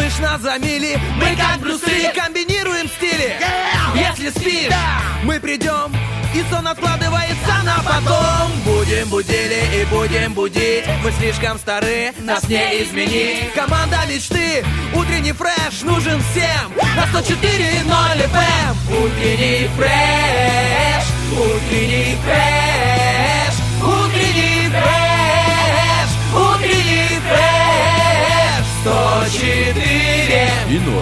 Слышь, нас за мили, мы как Брюсы, комбинируем стили. Если спишь, мы придем, и сон откладывается на потом. Будем будили и будем будить, мы слишком стары, нас не изменить. Команда мечты, утренний фреш нужен всем на 104.0 FM. Утренний фреш, утренний фреш, утренний фреш, утренний фреш. 104 и 0.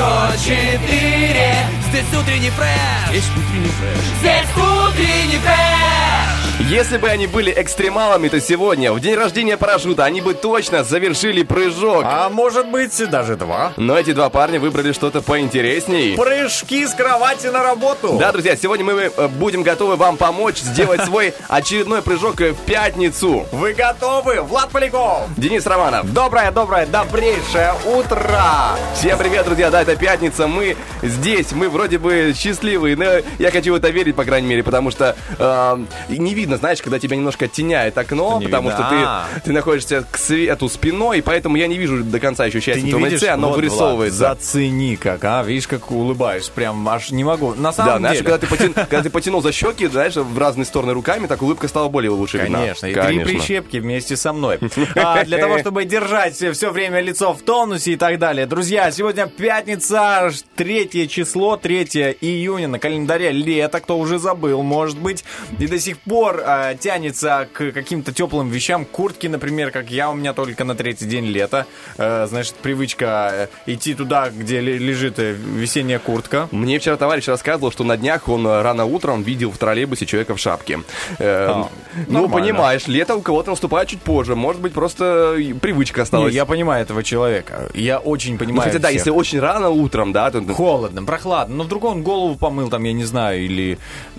104. Здесь утренний фреш. Здесь утренний фреш. Здесь утренний фреш. Если бы они были экстремалами, то сегодня, в день рождения парашюта, они бы точно завершили прыжок. А может быть, даже 2. Но эти два парня выбрали что-то поинтересней. Прыжки с кровати на работу. Да, друзья, сегодня мы будем готовы вам помочь сделать свой очередной прыжок в пятницу. Вы готовы? Влад Поляков. Денис Романов. Доброе, добрейшее утро. Всем привет, друзья, да, это пятница, мы здесь, мы вроде бы счастливые, но я хочу в это верить, по крайней мере, потому что не видно, знаешь, когда тебя немножко оттеняет окно, потому что ты находишься к свету спиной, поэтому я не вижу до конца еще счастья в твоем лице, оно вот, вырисовывается. Влад, зацени как, видишь, как улыбаешься, прям аж не могу. На самом деле... знаешь, когда ты потянул за щеки, знаешь, в разные стороны руками, так улыбка стала более лучше видна. Конечно, и 3 прищепки вместе со мной. Для того, чтобы держать все время лицо в тонусе и так далее. Друзья, сегодня пятница, 3 число, 3 июня, на календаре лето, кто уже забыл, может быть, и до сих пор тянется к каким-то теплым вещам, куртки, например, как я, у меня только на 3-й день лета, значит, привычка идти туда, где лежит весенняя куртка. Мне вчера товарищ рассказывал, что на днях он рано утром видел в троллейбусе человека в шапке. Ну, понимаешь, лето у кого-то наступает чуть позже, может быть, просто привычка осталась. Не, я понимаю этого человека, я очень понимаю. Ну, хотя, да, если очень рано утром, да, то... Холодно, прохладно, но вдруг он голову помыл, там, я не знаю, или,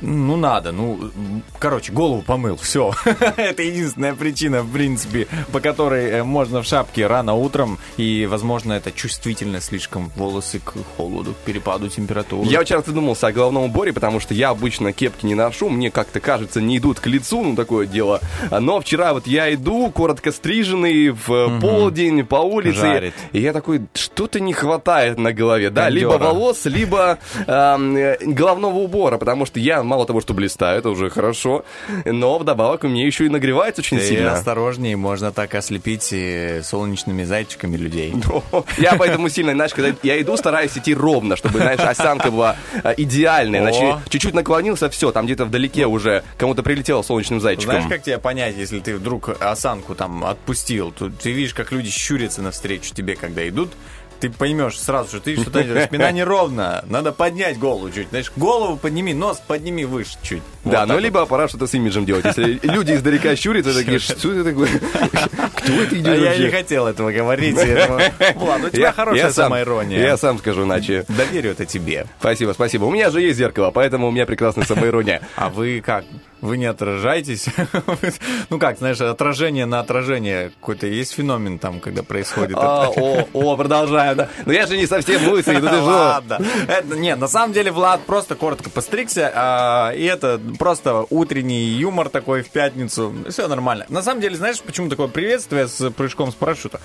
короче, голову помыл, все. Это единственная причина, в принципе, по которой можно в шапке рано утром, и, возможно, это чувствительно слишком волосы к холоду, к перепаду температуры. Я очень раз задумался о головном уборе, потому что я обычно кепки не ношу, мне как-то кажется, не идут к лицу, такое дело. Но вчера вот я иду, коротко стриженный, в полдень по улице, жарит. И я такой, что-то не хватает на голове, да, Кондера. либо волос, либо головного убора, потому что я мало того, что блистаю, это уже хорошо, но вдобавок у меня еще и нагревается очень сильно. Осторожнее, можно так ослепить солнечными зайчиками людей. Я поэтому сильно, знаешь, когда я иду, стараюсь идти ровно, чтобы, знаешь, осанка была идеальная, иначе чуть-чуть наклонился, все, там где-то вдалеке уже кому-то прилетело солнечным зайчиком. Знаешь, как тебя понять, если ты вдруг осанку там отпустил, то ты видишь, как люди щурятся навстречу тебе, когда идут, ты поймешь сразу, что ты что-то, спина неровна, надо поднять голову чуть, знаешь, голову подними, нос подними выше чуть. Да, ну либо пора что-то с имиджем делать. Если люди издалека щурятся, такие, что это такое? Кто это идет? Я не хотел этого говорить. Ладно, у тебя хорошая самоирония. Я сам скажу иначе. Доверю это тебе. Спасибо. У меня же есть зеркало, поэтому у меня прекрасная самоирония. А вы как? Вы не отражаетесь? Ну как, знаешь, отражение на отражение. Какой-то есть феномен там, когда происходит это? Продолжаем, да. Но я же не совсем лысый, ну ты же... Ладно. Нет, на самом деле Влад просто коротко постригся, и это просто утренний юмор такой в пятницу. Все нормально. На самом деле, знаешь, почему такое приветствие с прыжком с парашюта?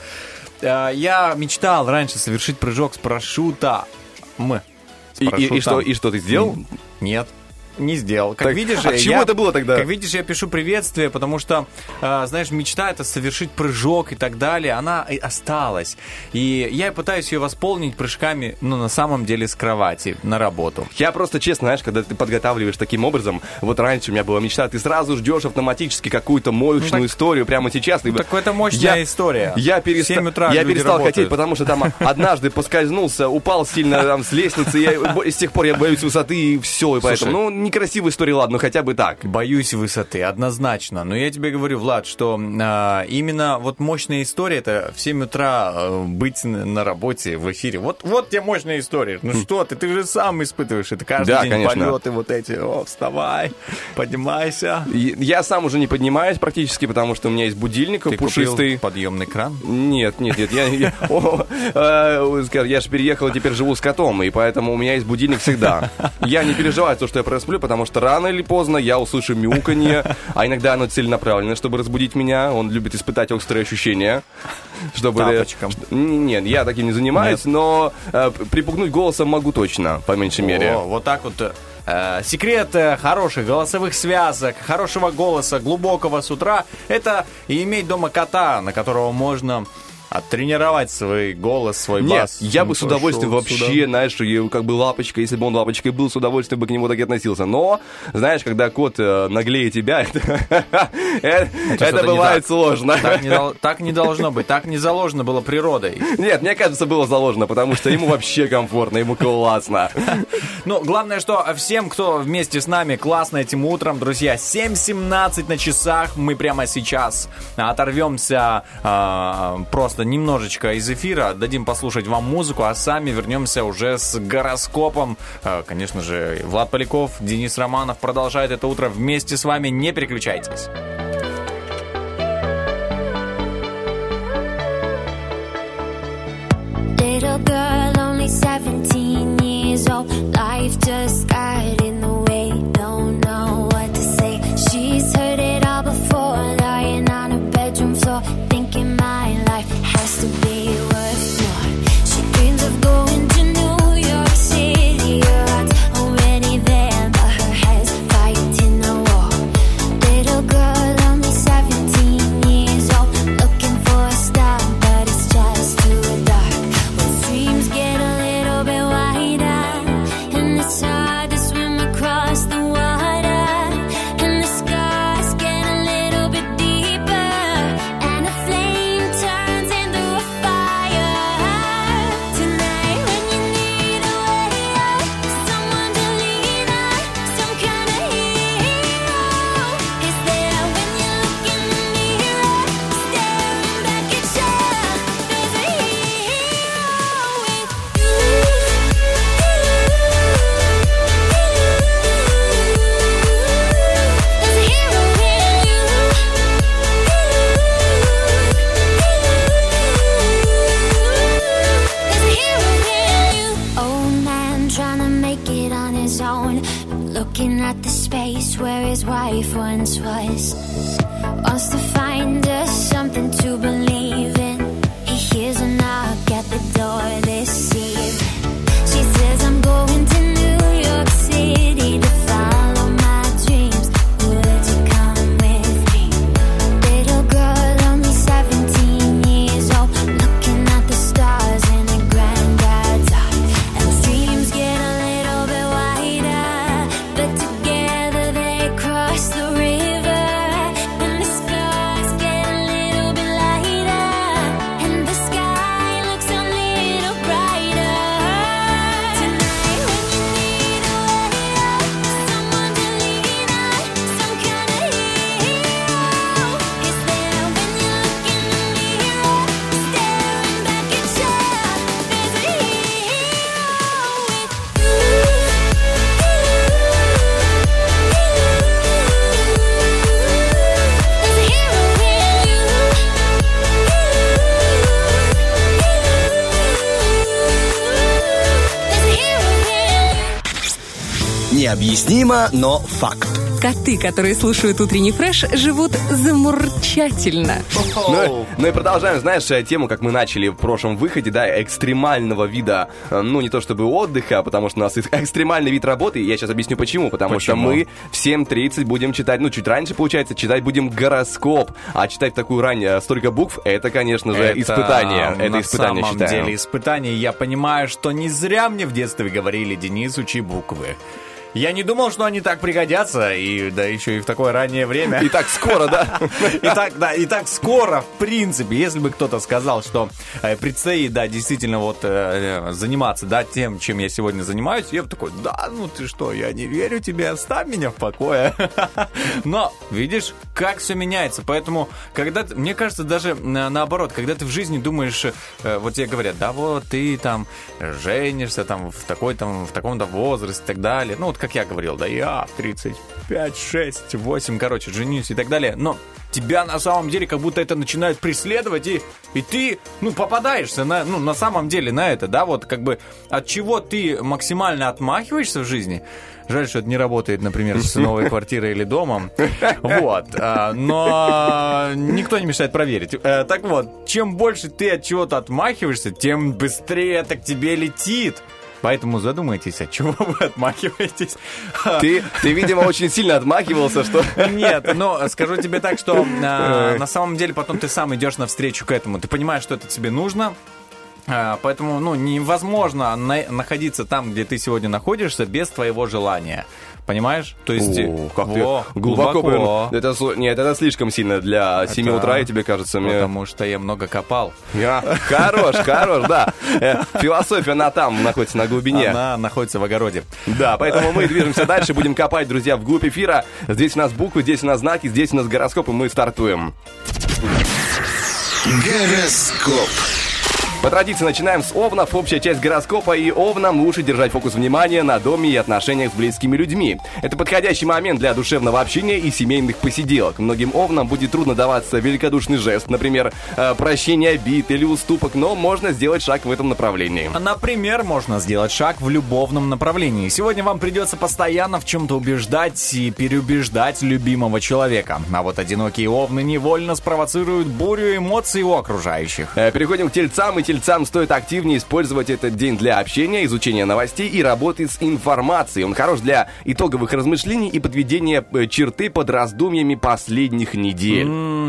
Я мечтал раньше совершить прыжок с парашюта. И что, ты сделал? Нет. Не сделал. Как видишь, к чему это было тогда? Как видишь, я пишу приветствие, потому что, знаешь, мечта это совершить прыжок и так далее, она и осталась. И я пытаюсь ее восполнить прыжками, на самом деле с кровати на работу. Я просто, честно, знаешь, когда ты подготавливаешь таким образом, вот раньше у меня была мечта, ты сразу ждешь автоматически какую-то мощную историю прямо сейчас. Так это мощная история. Я перестал хотеть, потому что там однажды поскользнулся, упал сильно там с лестницы, и с тех пор я боюсь высоты, и все, и поэтому, некрасивая история, ладно, но хотя бы так. Боюсь высоты, однозначно. Но я тебе говорю, Влад, что именно вот мощная история, это в 7 утра быть на работе, в эфире. Вот тебе мощная история. Ну что ты же сам испытываешь это каждый день, конечно. Полеты вот эти, вставай, поднимайся. Я сам уже не поднимаюсь практически, потому что у меня есть будильник пушистый. Купил подъемный кран? Нет, я же переехал и теперь живу с котом, и поэтому у меня есть будильник всегда. Я не переживаю, что я сплю, потому что рано или поздно я услышу мяуканье, а иногда оно целенаправленно, чтобы разбудить меня. Он любит испытать острые ощущения. Чтобы... Тапочком. Нет, я таким не занимаюсь, но припугнуть голосом могу точно, по меньшей мере. Вот так вот. Секрет хороших голосовых связок, хорошего голоса, глубокого с утра — это иметь дома кота, на которого можно оттренировать свой голос, свой бас. Нет, я бы с удовольствием вообще, знаешь, как бы лапочка, если бы он лапочкой был, с удовольствием бы к нему так и относился. Но, знаешь, когда кот наглее тебя, это бывает сложно. Так не должно быть, так не заложено было природой. Нет, мне кажется, было заложено, потому что ему вообще комфортно, ему классно. Ну, главное, что всем, кто вместе с нами, классно этим утром, друзья, 7:17 на часах, мы прямо сейчас оторвемся просто немножечко из эфира, дадим послушать вам музыку, а сами вернемся уже с гороскопом. Конечно же, Влад Поляков, Денис Романов продолжает это утро вместе с вами. Не переключайтесь. Little girl, only 17 years old. Life just got in the way. Don't know what to say. She's heard it all before, lying on her bedroom floor, thinking my life has to be worth more. She dreams of going to New York City. Her heart's already there, but her head's fighting the war. Little girl, only 17 years old, looking for a star, but it's just too dark. When dreams get a little bit wider, and it's hard to swim across the water, and the scars get a little bit deeper, and the flame turns into a fire. Tonight when you need a way out, someone to lean on, some kind of hero is there when you look in the mirror, staring back at you. There's a hero with you. There's a hero in you. There's a hero in you. Old man trying to make it on his own, looking at the space where his wife once was. Wants to find us something to believe in. He hears a knock at the door this evening. She says, I'm going to New York City to follow my dreams. Would you come with me? Little girl, only 17 years old, looking at the stars in her granddad's eye. And his dreams get a little bit wider, but together they cross the river. And the stars get a little bit lighter, and the sky looks a little brighter. Tonight when you need a way out, someone to lean on, some kind of hero is there when you look in the mirror, staring back at you. There's a hero with you. There's a hero in you. There's a hero in you. Необъяснимо, но факт. Коты, которые слушают утренний фреш, живут замурчательно. Ну и продолжаем, знаешь, тему, как мы начали в прошлом выходе, да, экстремального вида, ну не то чтобы отдыха, потому что у нас экстремальный вид работы, и я сейчас объясню почему. Потому что мы в 7:30 будем читать, ну чуть раньше получается, читать будем гороскоп, а читать в такую рань столько букв, это, конечно же, испытание. Это испытание, считаю. На самом деле испытание. Я понимаю, что не зря мне в детстве говорили: Денис, учи буквы. Я не думал, что они так пригодятся, и да еще и в такое раннее время. И так скоро, да? И так скоро, в принципе. Если бы кто-то сказал, что предстоит, да, действительно вот заниматься, да, тем, чем я сегодня занимаюсь, я бы такой: да, ну ты что, я не верю тебе, оставь меня в покое. Но, видишь, как все меняется. Поэтому, когда, мне кажется, даже наоборот, когда ты в жизни думаешь, вот тебе говорят: да вот ты там женишься там в таком-то возрасте и так далее. Ну, вот как я говорил, да, я 35, 6, 8, короче, женюсь и так далее. Но тебя на самом деле как будто это начинает преследовать, и ты, попадаешься на самом деле на это, да, вот как бы от чего ты максимально отмахиваешься в жизни. Жаль, что это не работает, например, с новой квартирой или домом. Вот. Но никто не мешает проверить. Так вот, чем больше ты от чего-то отмахиваешься, тем быстрее это к тебе летит. Поэтому задумайтесь, от чего вы отмахиваетесь. Ты, видимо, очень сильно отмахивался, что... Нет, но скажу тебе так, что на самом деле потом ты сам идешь навстречу к этому. Ты понимаешь, что это тебе нужно. Поэтому, невозможно находиться там, где ты сегодня находишься, без твоего желания. Понимаешь? То есть... как ты глубоко. Это слишком сильно для 7 утра, и тебе кажется... Потому что я много копал. Хорош, да. Философия, она там находится на глубине. Она находится в огороде. Да, поэтому мы движемся дальше, будем копать, друзья, вглубь эфира. Здесь у нас буквы, здесь у нас знаки, здесь у нас гороскоп, и мы стартуем. Гороскоп. По традиции начинаем с овнов, общая часть гороскопа, и овнам лучше держать фокус внимания на доме и отношениях с близкими людьми. Это подходящий момент для душевного общения и семейных посиделок. Многим овнам будет трудно даваться великодушный жест, например, прощение обид или уступок, но можно сделать шаг в этом направлении. Например, можно сделать шаг в любовном направлении. Сегодня вам придется постоянно в чем-то убеждать и переубеждать любимого человека. А вот одинокие овны невольно спровоцируют бурю эмоций у окружающих. Переходим к тельцам, и тельцам стоит активнее использовать этот день для общения, изучения новостей и работы с информацией. Он хорош для итоговых размышлений и подведения черты под раздумьями последних недель.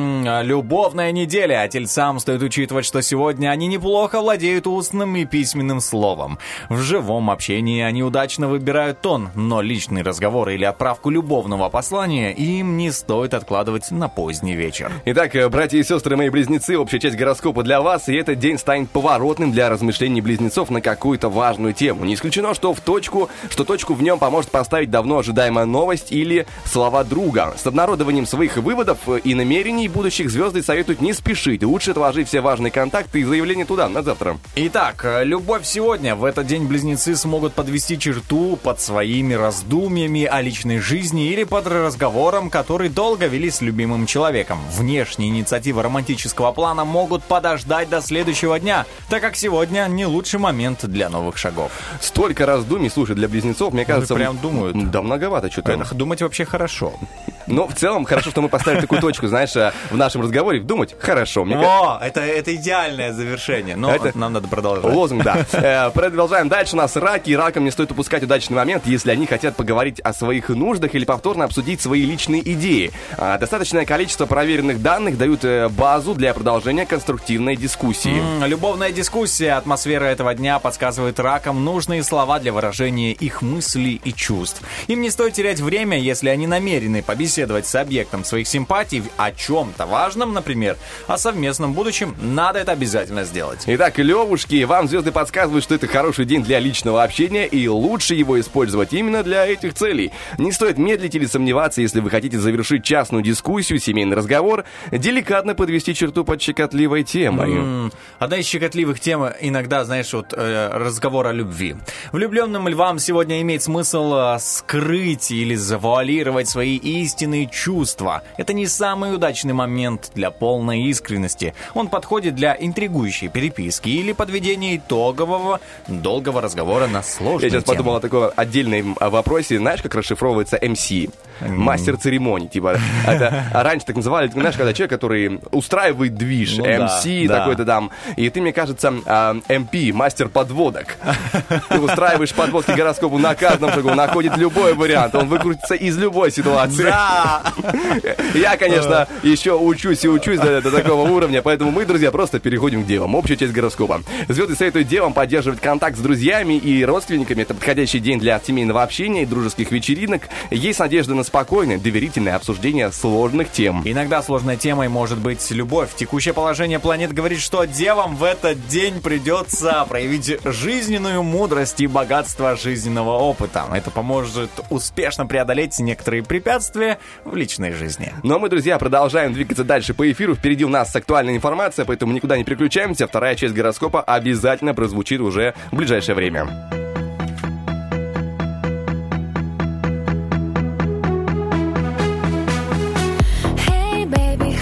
Любовная неделя. А тельцам стоит учитывать, что сегодня они неплохо владеют устным и письменным словом. В живом общении они удачно выбирают тон, но личный разговор или отправку любовного послания им не стоит откладывать на поздний вечер. Итак, братья и сестры, мои близнецы, общая часть гороскопа для вас, и этот день станет поворотным для размышлений близнецов на какую-то важную тему. Не исключено, что точку в нем поможет поставить давно ожидаемая новость или слова друга. С обнародованием своих выводов и намерений будущих звезды советуют не спешить. Лучше отложить все важные контакты и заявления туда, на завтра. Итак, любовь сегодня. В этот день близнецы смогут подвести черту под своими раздумьями о личной жизни или под разговором, который долго вели с любимым человеком. Внешние инициативы романтического плана могут подождать до следующего дня, так как сегодня не лучший момент для новых шагов. Столько раздумий, слушай, для близнецов, мне кажется... Прям думают. Да, многовато что-то. Думать вообще хорошо. Но в целом хорошо, что мы поставили такую точку, знаешь, в нашем разговоре. Думать хорошо. Это идеальное завершение. Но нам надо продолжать. Лозунг, да. Продолжаем дальше. У нас раки. И ракам не стоит упускать удачный момент, если они хотят поговорить о своих нуждах или повторно обсудить свои личные идеи. Достаточное количество проверенных данных дают базу для продолжения конструктивной дискуссии. Любовная дискуссия. Атмосфера этого дня подсказывает ракам нужные слова для выражения их мыслей и чувств. Им не стоит терять время, если они намерены побеседовать с объектом своих симпатий о чем-то важном, например, о совместном будущем. Надо это обязательно сделать. Итак, левушки, вам звезды подсказывают, что это хороший день для личного общения, и лучше его использовать именно для этих целей. Не стоит медлить или сомневаться, если вы хотите завершить частную дискуссию, семейный разговор, деликатно подвести черту под щекотливой темой. Одна из щекотливых тем иногда, знаешь, разговор о любви. Влюбленным львам сегодня имеет смысл скрыть или завуалировать свои истинные чувства. Это не самый удачный момент для полной искренности. Он подходит для интригующей переписки или подведения итогового долгого разговора на сложную тему. Я сейчас подумал о таком отдельном вопросе. Знаешь, как расшифровывается MC? Мастер церемоний. Типа, это раньше так называли, знаешь, когда человек, который устраивает движ, MC такой-то там. И ты, мне кажется, MP, мастер подводок. Ты устраиваешь подводки гороскопу на каждом шагу, находит любой вариант, он выкрутится из любой ситуации. Да! Я, конечно, еще учусь до такого уровня, поэтому мы, друзья, просто переходим к девам. Общая часть гороскопа. Звезды советуют девам поддерживать контакт с друзьями и родственниками. Это подходящий день для семейного общения и дружеских вечеринок. Есть надежда на спокойное, доверительное обсуждение сложных тем. Иногда сложной темой может быть любовь. Текущее положение планет говорит, что девам в этот день придется проявить жизненную мудрость и богатство жизненного опыта. Это поможет успешно преодолеть некоторые препятствия в личной жизни. Но мы, друзья, продолжаем двигаться дальше по эфиру. Впереди у нас актуальная информация, поэтому никуда не переключаемся. Вторая часть гороскопа обязательно прозвучит уже в ближайшее время. Hey baby,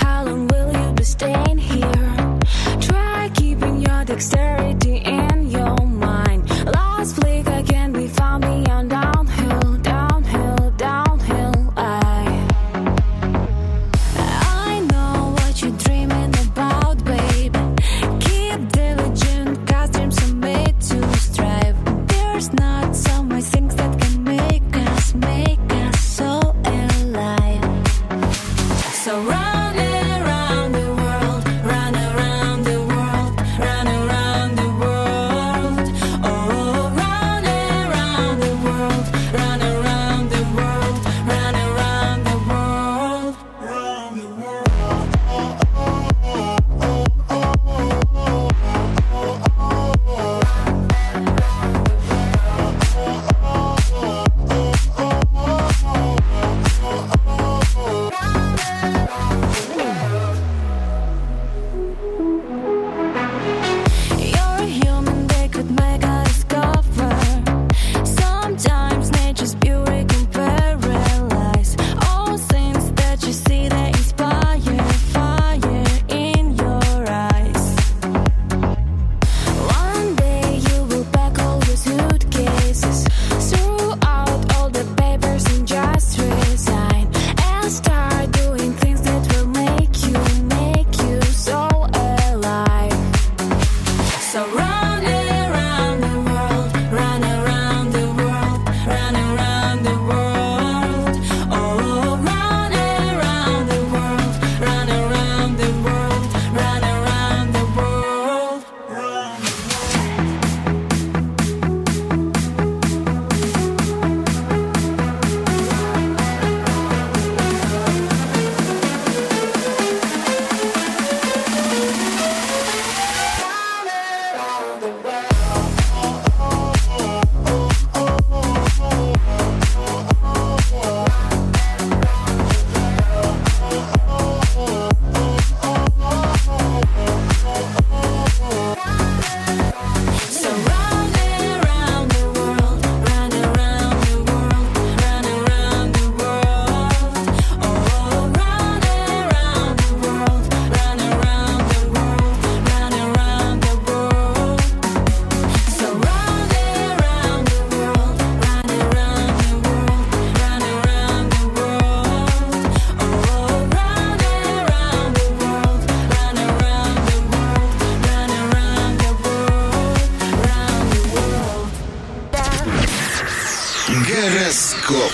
Гороскоп.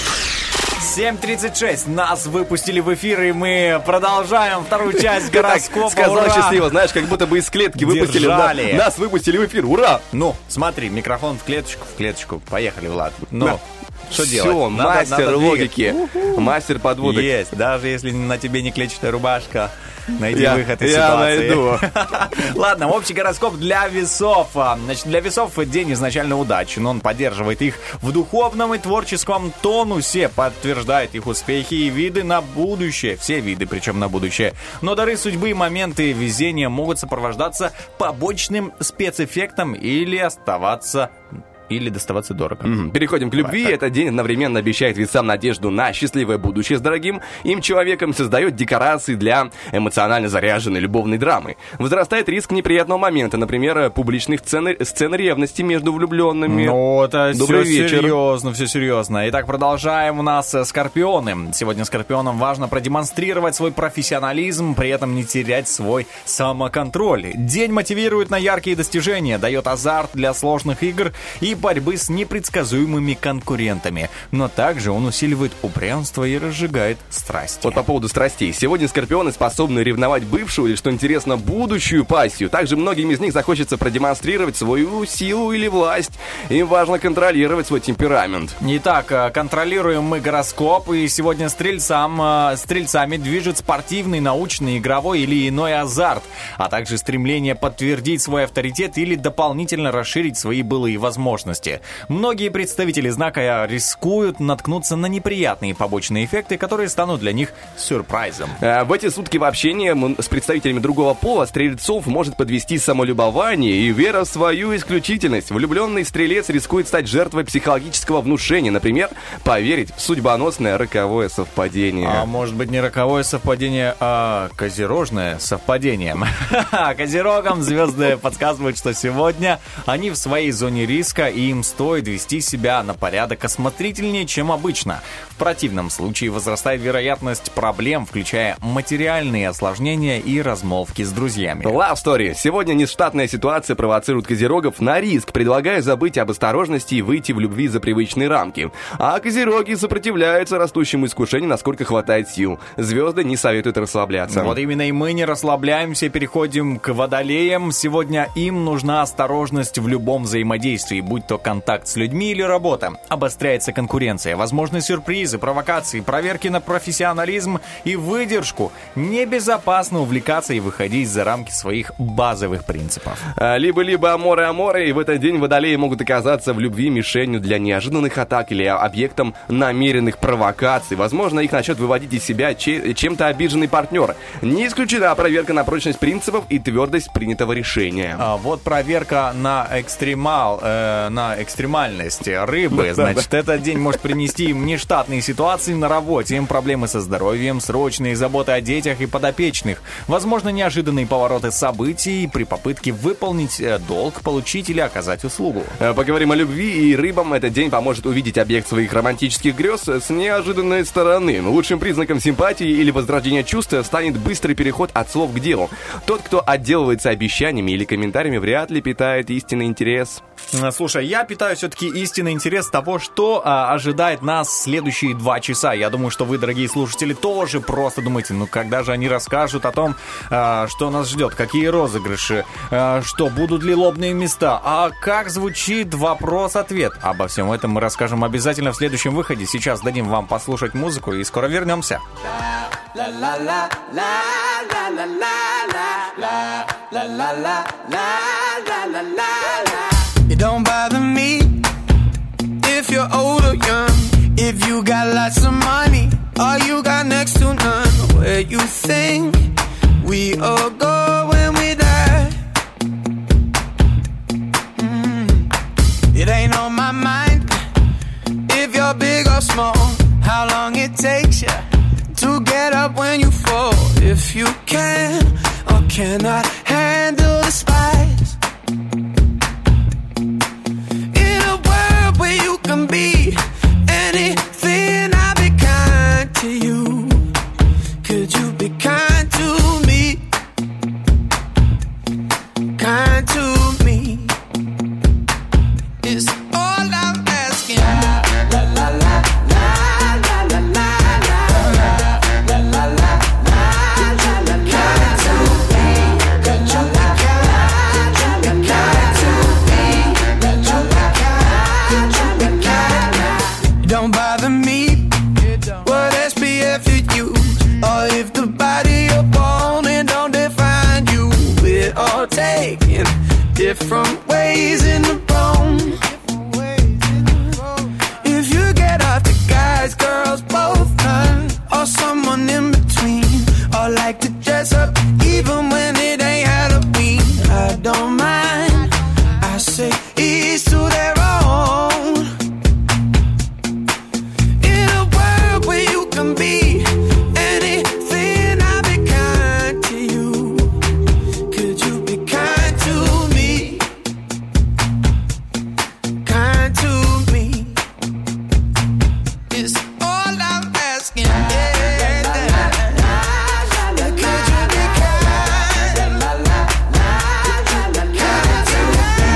7:36. Нас выпустили в эфир, и мы продолжаем вторую часть гороскопа. Сказал Ура! счастливо, знаешь, как будто бы из клетки выпустили. Нас выпустили в эфир. Ура! Ну, смотри, микрофон в клеточку. Поехали, Влад. Ну, что делать? Все, мастер логики, мастер подводок. Есть, даже если на тебе не клетчатая рубашка, найди выход из ситуации. Я найду. Ладно, общий гороскоп для весов. Значит, для весов день изначально удачен. Он поддерживает их в духовном и творческом тонусе, подтверждает их успехи и виды на будущее. Все виды, причем на будущее. Но дары судьбы и моменты везения могут сопровождаться побочным спецэффектом или доставаться дорого. Переходим к любви. Этот день одновременно обещает весам надежду на счастливое будущее с дорогим им человеком, создает декорации для эмоционально заряженной любовной драмы. Возрастает риск неприятного момента, например, публичных сцен ревности между влюбленными. Ну, это Добрый все вечер. серьезно, все серьезно. Итак, продолжаем. У нас скорпионы. Сегодня скорпионам важно продемонстрировать свой профессионализм, при этом не терять свой самоконтроль. День мотивирует на яркие достижения, дает азарт для сложных игр и борьбы с непредсказуемыми конкурентами. Но также он усиливает упрямство и разжигает страсти. Вот по поводу страстей. Сегодня скорпионы способны ревновать бывшую или, что интересно, будущую пассию. Также многим из них захочется продемонстрировать свою силу или власть. Им важно контролировать свой темперамент. Итак, контролируем мы гороскоп, и сегодня стрельцами движет спортивный, научный, игровой или иной азарт, а также стремление подтвердить свой авторитет или дополнительно расширить свои былые возможности. Многие представители знака рискуют наткнуться на неприятные побочные эффекты, которые станут для них сюрпризом. В эти сутки в общении с представителями другого пола стрельцов может подвести самолюбование и вера в свою исключительность. Влюбленный стрелец рискует стать жертвой психологического внушения, например, поверить в судьбоносное роковое совпадение. А может быть не роковое совпадение, а козерожное совпадение. Козерогам звезды подсказывают, что сегодня они в своей зоне риска им стоит вести себя на порядок осмотрительнее, чем обычно. В противном случае возрастает вероятность проблем, включая материальные осложнения и размолвки с друзьями. Love Story. Сегодня нештатная ситуация провоцирует козерогов на риск, предлагая забыть об осторожности и выйти в любви за привычные рамки. А козероги сопротивляются растущему искушению, насколько хватает сил. Звезды не советуют расслабляться. Вот именно и мы не расслабляемся, переходим к водолеям. Сегодня им нужна осторожность в любом взаимодействии, будь то контакт с людьми или работа. Обостряется конкуренция, возможны сюрпризы, провокации, проверки на профессионализм и выдержку. Небезопасно увлекаться и выходить за рамки своих базовых принципов. Либо аморы, и в этот день водолеи могут оказаться в любви мишенью для неожиданных атак или объектом намеренных провокаций. Возможно, их начнет выводить из себя чем-то обиженный партнер. Не исключена проверка на прочность принципов и твердость принятого решения. Вот проверка на экстремальность рыбы. Значит, этот день может принести им нештатные ситуации на работе, им проблемы со здоровьем, срочные заботы о детях и подопечных. Возможно, неожиданные повороты событий при попытке выполнить долг, получить или оказать услугу. Поговорим о любви, и рыбам этот день поможет увидеть объект своих романтических грез с неожиданной стороны. Лучшим признаком симпатии или возрождения чувства станет быстрый переход от слов к делу. Тот, кто отделывается обещаниями или комментариями, вряд ли питает истинный интерес. Слушай, я питаю все-таки истинный интерес того, что ожидает нас следующие 2 часа. Я думаю, что вы, дорогие слушатели, тоже просто думаете, когда же они расскажут о том, что нас ждет, какие розыгрыши, что будут ли лобные места, а как звучит вопрос-ответ. Обо всем этом мы расскажем обязательно в следующем выходе. Сейчас дадим вам послушать музыку и скоро вернемся. It don't bother me if you're old or young, if you got lots of money or you got next to none. Where you think we all go when we die? It ain't on my mind if you're big or small, how long it takes you to get up when you fall. If you can or cannot handle the spice, in a world where you can be anything, I'll be kind to you. Could you be kind to me? Kind to me is all I'm asking. La la la la la la la la la la la la. Kind to me, could you be kind to me? Kind to me, could you be kind to me? It don't bother me what SPF you use, or if the body you're born in don't define you. We're all taking different ways in the bone. If you get off the guys, girls, both none, or someone in between, or like to dress up even when it ain't Halloween, I don't mind. I say each to their own. In a world where you can be anything, I'll be kind to you. Could you be kind to me? Kind to me is all I'm asking. Could you be kind? Kind to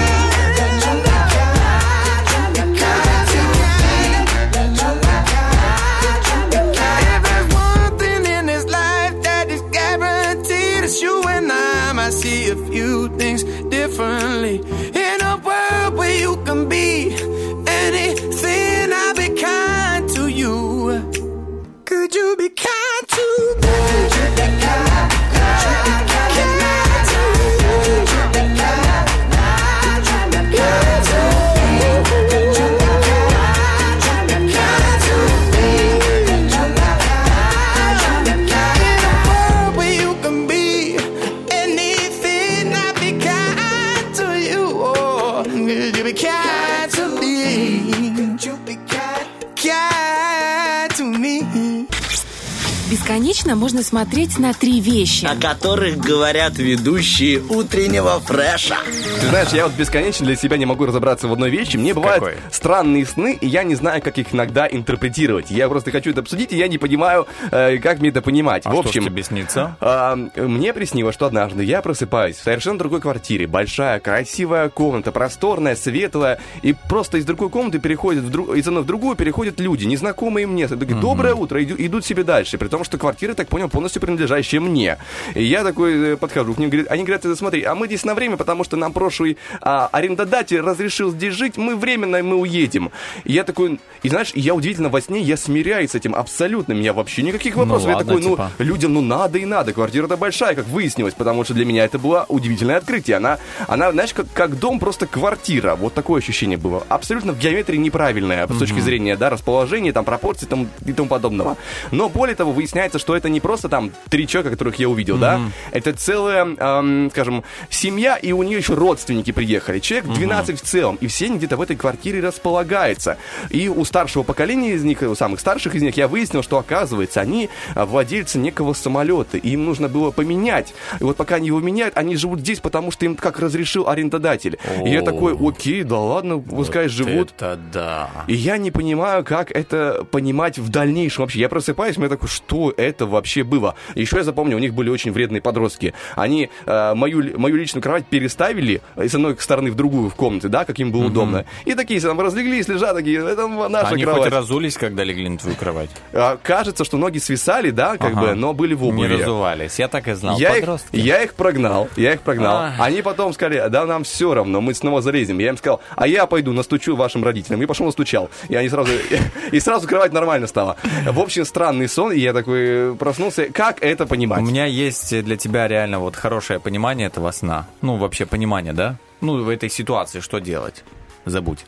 If there's one thing in this life that is guaranteed, it's you and I see a few things differently. In a world where you can be anything, I'll be kind to you. Could you be kind to me? Could you be kind? Kind to me. Could you be kind? Kind to me. Could you be kind? Kind to me. Could you be kind? In a world where you can be anything, I'll be kind to you. Oh, could you be kind бесконечно можно смотреть на 3 вещи, о которых говорят ведущие утреннего фреша. Ты знаешь, я вот бесконечно для себя не могу разобраться в одной вещи. Мне бывают странные сны, и я не знаю, как их иногда интерпретировать. Я просто хочу это обсудить, и я не понимаю, как мне это понимать. А в общем, что тебе снится? Мне приснилось, что однажды я просыпаюсь в совершенно другой квартире. Большая, красивая комната, просторная, светлая. И просто из другой комнаты переходят из одной в другую переходят люди, незнакомые мне. Такие, доброе утро, идут себе дальше. При том, что квартира, так понял, полностью принадлежащая мне. И я такой подхожу к ним, они говорят, смотри, а мы здесь на время, потому что нам прошлый арендодатель разрешил здесь жить, мы временно, мы уедем. И я такой, и знаешь, я удивительно во сне, я смиряюсь с этим абсолютно, у меня вообще никаких вопросов. Ладно, я такой, людям, надо и надо, квартира-то большая, как выяснилось, потому что для меня это было удивительное открытие. Она знаешь, как дом, просто квартира, вот такое ощущение было. Абсолютно в геометрии неправильное, с точки зрения, расположения, пропорций и тому подобного. Но более того, выясняется, что это не просто 3 человека, которых я увидел, это целая, скажем, семья, и у нее еще родственники приехали. Человек 12 в целом, и все они где-то в этой квартире располагаются. И у старшего поколения из них, у самых старших из них, я выяснил, что, оказывается, они владельцы некого самолета, и им нужно было поменять. И вот пока они его меняют, они живут здесь, потому что им как разрешил арендодатель. И я такой, окей, да ладно, пускай вот живут. Это да. И я не понимаю, как это понимать в дальнейшем вообще. Я просыпаюсь, мне такой, что это вообще было? Еще я запомню, у них были очень вредные подростки. Они мою личную кровать переставили с одной стороны в другую в комнате, как им было удобно. И такие там разлеглись, лежат, такие, это наша они кровать. Они хоть разулись, когда легли на твою кровать? Кажется, что ноги свисали, но были в обуви. Не разувались, я так и знал. Я их прогнал. Они потом сказали, да нам все равно, мы снова залезем. Я им сказал, а я пойду настучу вашим родителям. И пошел настучал. И они сразу кровать нормально стала. В общем, странный сон, и я такой проснулся. Как это понимать? У меня есть для тебя реально вот хорошее понимание этого сна. Вообще понимание, да? В этой ситуации что делать? Забудь.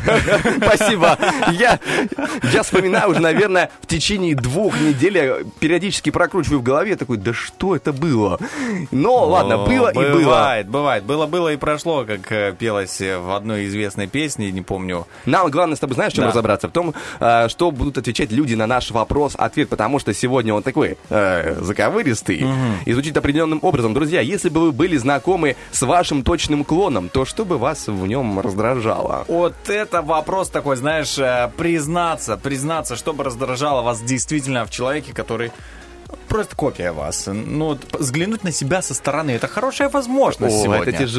Спасибо. Я вспоминаю уже, наверное, в течение 2 недель я периодически прокручиваю в голове, такой, да что это было? Но ладно, было и было. Бывает. Было и прошло, как пелось в одной известной песне, не помню. Нам главное с тобой, знаешь, в чем разобраться? В том, что будут отвечать люди на наш вопрос-ответ, потому что сегодня он такой заковыристый и звучит определенным образом. Друзья, если бы вы были знакомы с вашим точным клоном, то что бы вас в нем раздражало? Вот это вопрос такой, знаешь, признаться, чтобы раздражало вас действительно в человеке, который просто копия вас. Взглянуть на себя со стороны — это хорошая возможность сегодня. Это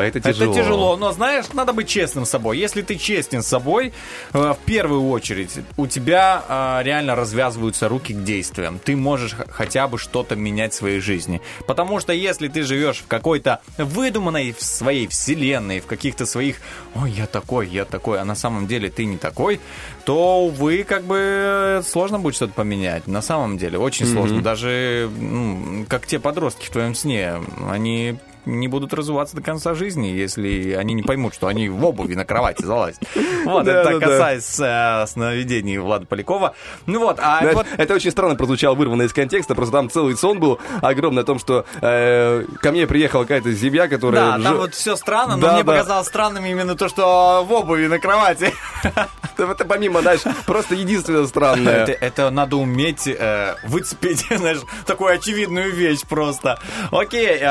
тяжело. Но, знаешь, надо быть честным с собой. Если ты честен с собой, в первую очередь, у тебя реально развязываются руки к действиям. Ты можешь хотя бы что-то менять в своей жизни. Потому что если ты живешь в какой-то выдуманной в своей вселенной, в каких-то своих «Ой, я такой», а на самом деле ты не такой, то, увы, сложно будет что-то поменять. На самом деле, очень сложно. Даже, как те подростки в твоем сне, они не будут разуваться до конца жизни, если они не поймут, что они в обуви на кровати залазят. Вот, это касаясь сновидений Влада Полякова. Это очень странно прозвучало, вырвано из контекста, просто там целый сон был огромный о том, что ко мне приехала какая-то семья, которая... Да, там вот все странно, но мне показалось странным именно то, что в обуви на кровати. Это помимо, знаешь, просто единственное странное. Это надо уметь выцепить, знаешь, такую очевидную вещь просто. Окей,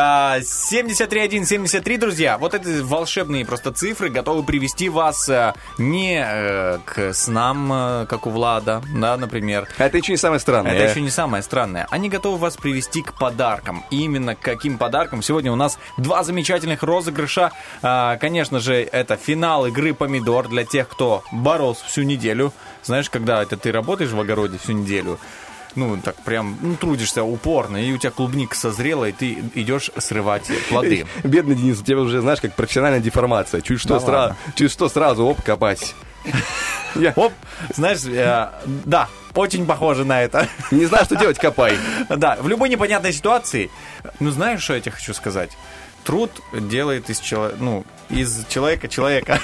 73173, друзья, вот эти волшебные просто цифры готовы привести вас не к снам, как у Влада, да, например. Это еще не самое странное. Это еще не самое странное. Они готовы вас привести к подаркам. И именно к каким подаркам? Сегодня у нас 2 замечательных розыгрыша. Конечно же, это финал игры «Помидор» для тех, кто боролся всю неделю. Знаешь, когда это ты работаешь в огороде всю неделю, так прям трудишься упорно, и у тебя клубника созрела, и ты идешь срывать плоды. Бедный Денис, у тебя уже, знаешь, как профессиональная деформация. Чуть что сразу, копать. Оп, знаешь, да, очень похоже на это. Не знаю, что делать, копай. Да, в любой непонятной ситуации, знаешь, что я тебе хочу сказать? Труд делает из человека человека.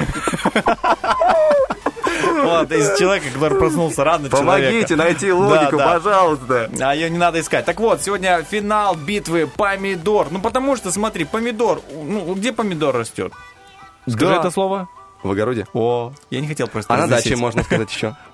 Вот, из человека, который проснулся рано, Помогите найти логику, пожалуйста. А ее не надо искать. Так вот, сегодня финал битвы «Помидор». Потому что, смотри, помидор, где помидор растет? Скажи это слово. В огороде. Я не хотел просто на даче можно сказать еще.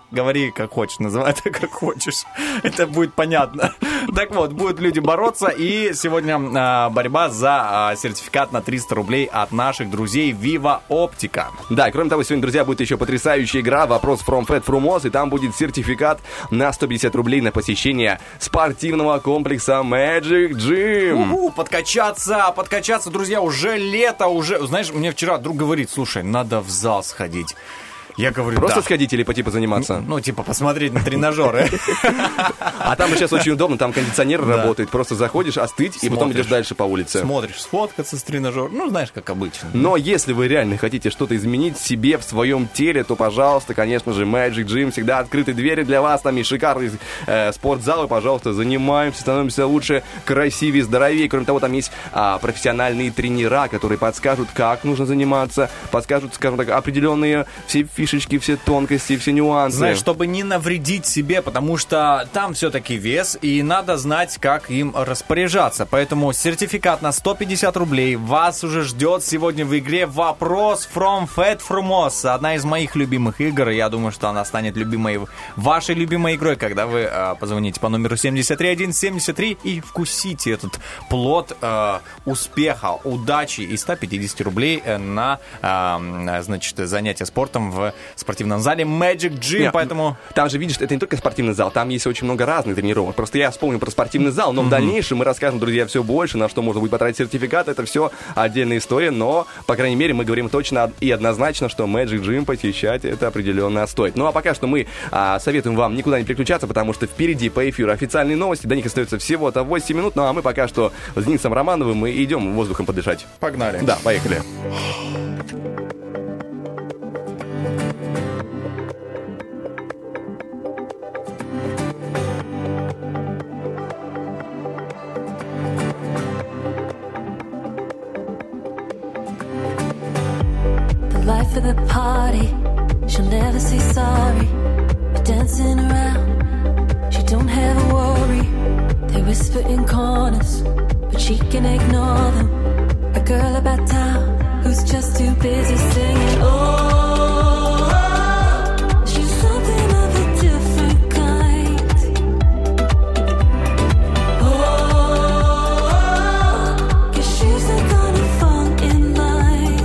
говори как хочешь, называй это как хочешь. Это будет понятно. Так вот, будут люди бороться, и сегодня борьба за сертификат на 300 рублей от наших друзей Viva Optica. Да, и кроме того, сегодня, друзья, будет еще потрясающая игра «Вопрос from Fat Frumos», и там будет сертификат на 150 рублей на посещение спортивного комплекса Magic Gym. Подкачаться, друзья, уже лето, уже... Знаешь, мне вчера друг говорит, слушай, надо в зал сходить. Я говорю, просто сходить или типа позаниматься? Ну, типа посмотреть на тренажеры. А там сейчас очень удобно, там кондиционер работает. Просто заходишь, остыть, и потом идешь дальше по улице. Смотришь, сфоткаться с тренажером. Ну, знаешь, как обычно. Но если вы реально хотите что-то изменить в себе, в своем теле, то, пожалуйста, конечно же, Magic Gym всегда открыты двери для вас. Там и шикарные спортзалы. Пожалуйста, занимаемся, становимся лучше, красивее, здоровее. Кроме того, там есть профессиональные тренера, которые подскажут, как нужно заниматься, подскажут, скажем так, определенные все фишечки, все тонкости, все нюансы. Знаешь, чтобы не навредить себе, потому что там все-таки вес, и надо знать, как им распоряжаться. Поэтому сертификат на 150 рублей вас уже ждет сегодня в игре «Вопрос from Fat Frumos». Одна из моих любимых игр, и я думаю, что она станет вашей любимой игрой, когда вы позвоните по номеру 73173 и вкусите этот плод успеха, удачи и 150 рублей на, значит, занятие спортом в спортивном зале Magic Gym, поэтому... Там же, видишь, это не только спортивный зал, там есть очень много разных тренировок. Просто я вспомнил про спортивный зал, но в дальнейшем мы расскажем, друзья, все больше, на что можно будет потратить сертификат. Это все отдельная история, но, по крайней мере, мы говорим точно и однозначно, что Magic Gym посещать это определенно стоит. Ну, а пока что мы советуем вам никуда не переключаться, потому что впереди по эфиру официальные новости, до них остается всего-то 8 минут, ну, а мы пока что с Денисом Романовым мы идем воздухом подышать. Погнали. Да, поехали. Life of the party, she'll never say sorry. But dancing around, she don't have a worry. They whisper in corners, but she can ignore them. A girl about town who's just too busy singing. Oh, she's something of a different kind. Oh, 'cause she's not gonna fall in line.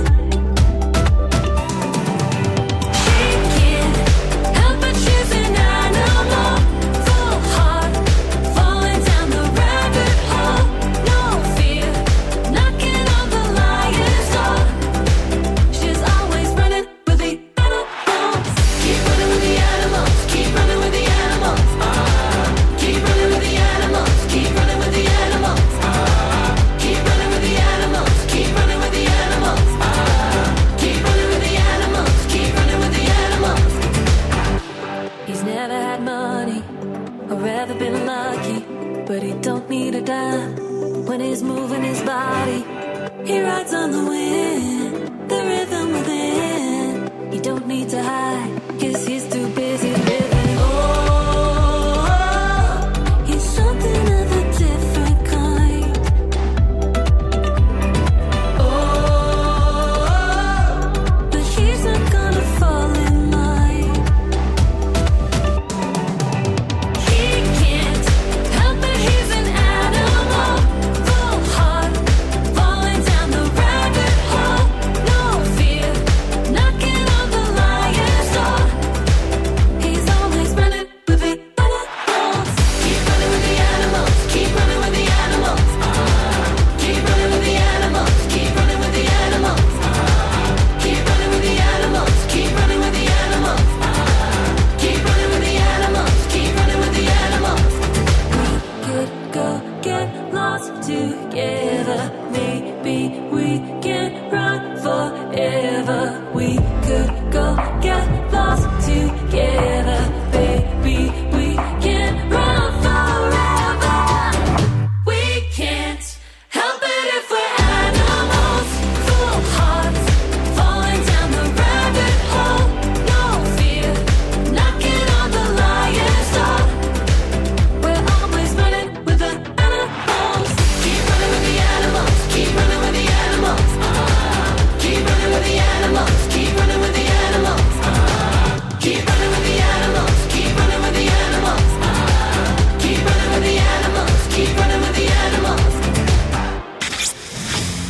But he don't need a dime when he's moving his body. He rides on the wind, the rhythm within. He don't need to hide, 'cause he's too busy living. Oh, he's something of a different kind. Oh, but he's not gonna fall in line. He can't help it, he's an animal. Full heart, falling down the rabbit hole. No fear, knocking on the lion's door. He's always running with the animals. Keep running with the animals. Keep running with the animals. Keep running with the animals. Keep running with the animals. Keep running with the animals. Keep running with the animals. Keep running with the animals. Keep running with the animals. We could go get lost together. Maybe we can run forever. We could go get lost together. Baby, we can run forever. We can't help it if we're animals. Full hearts, falling down the rabbit hole. No fear, knocking on the lion's door. We're always running with the animals. Keep running with the animals. Keep running with the animals.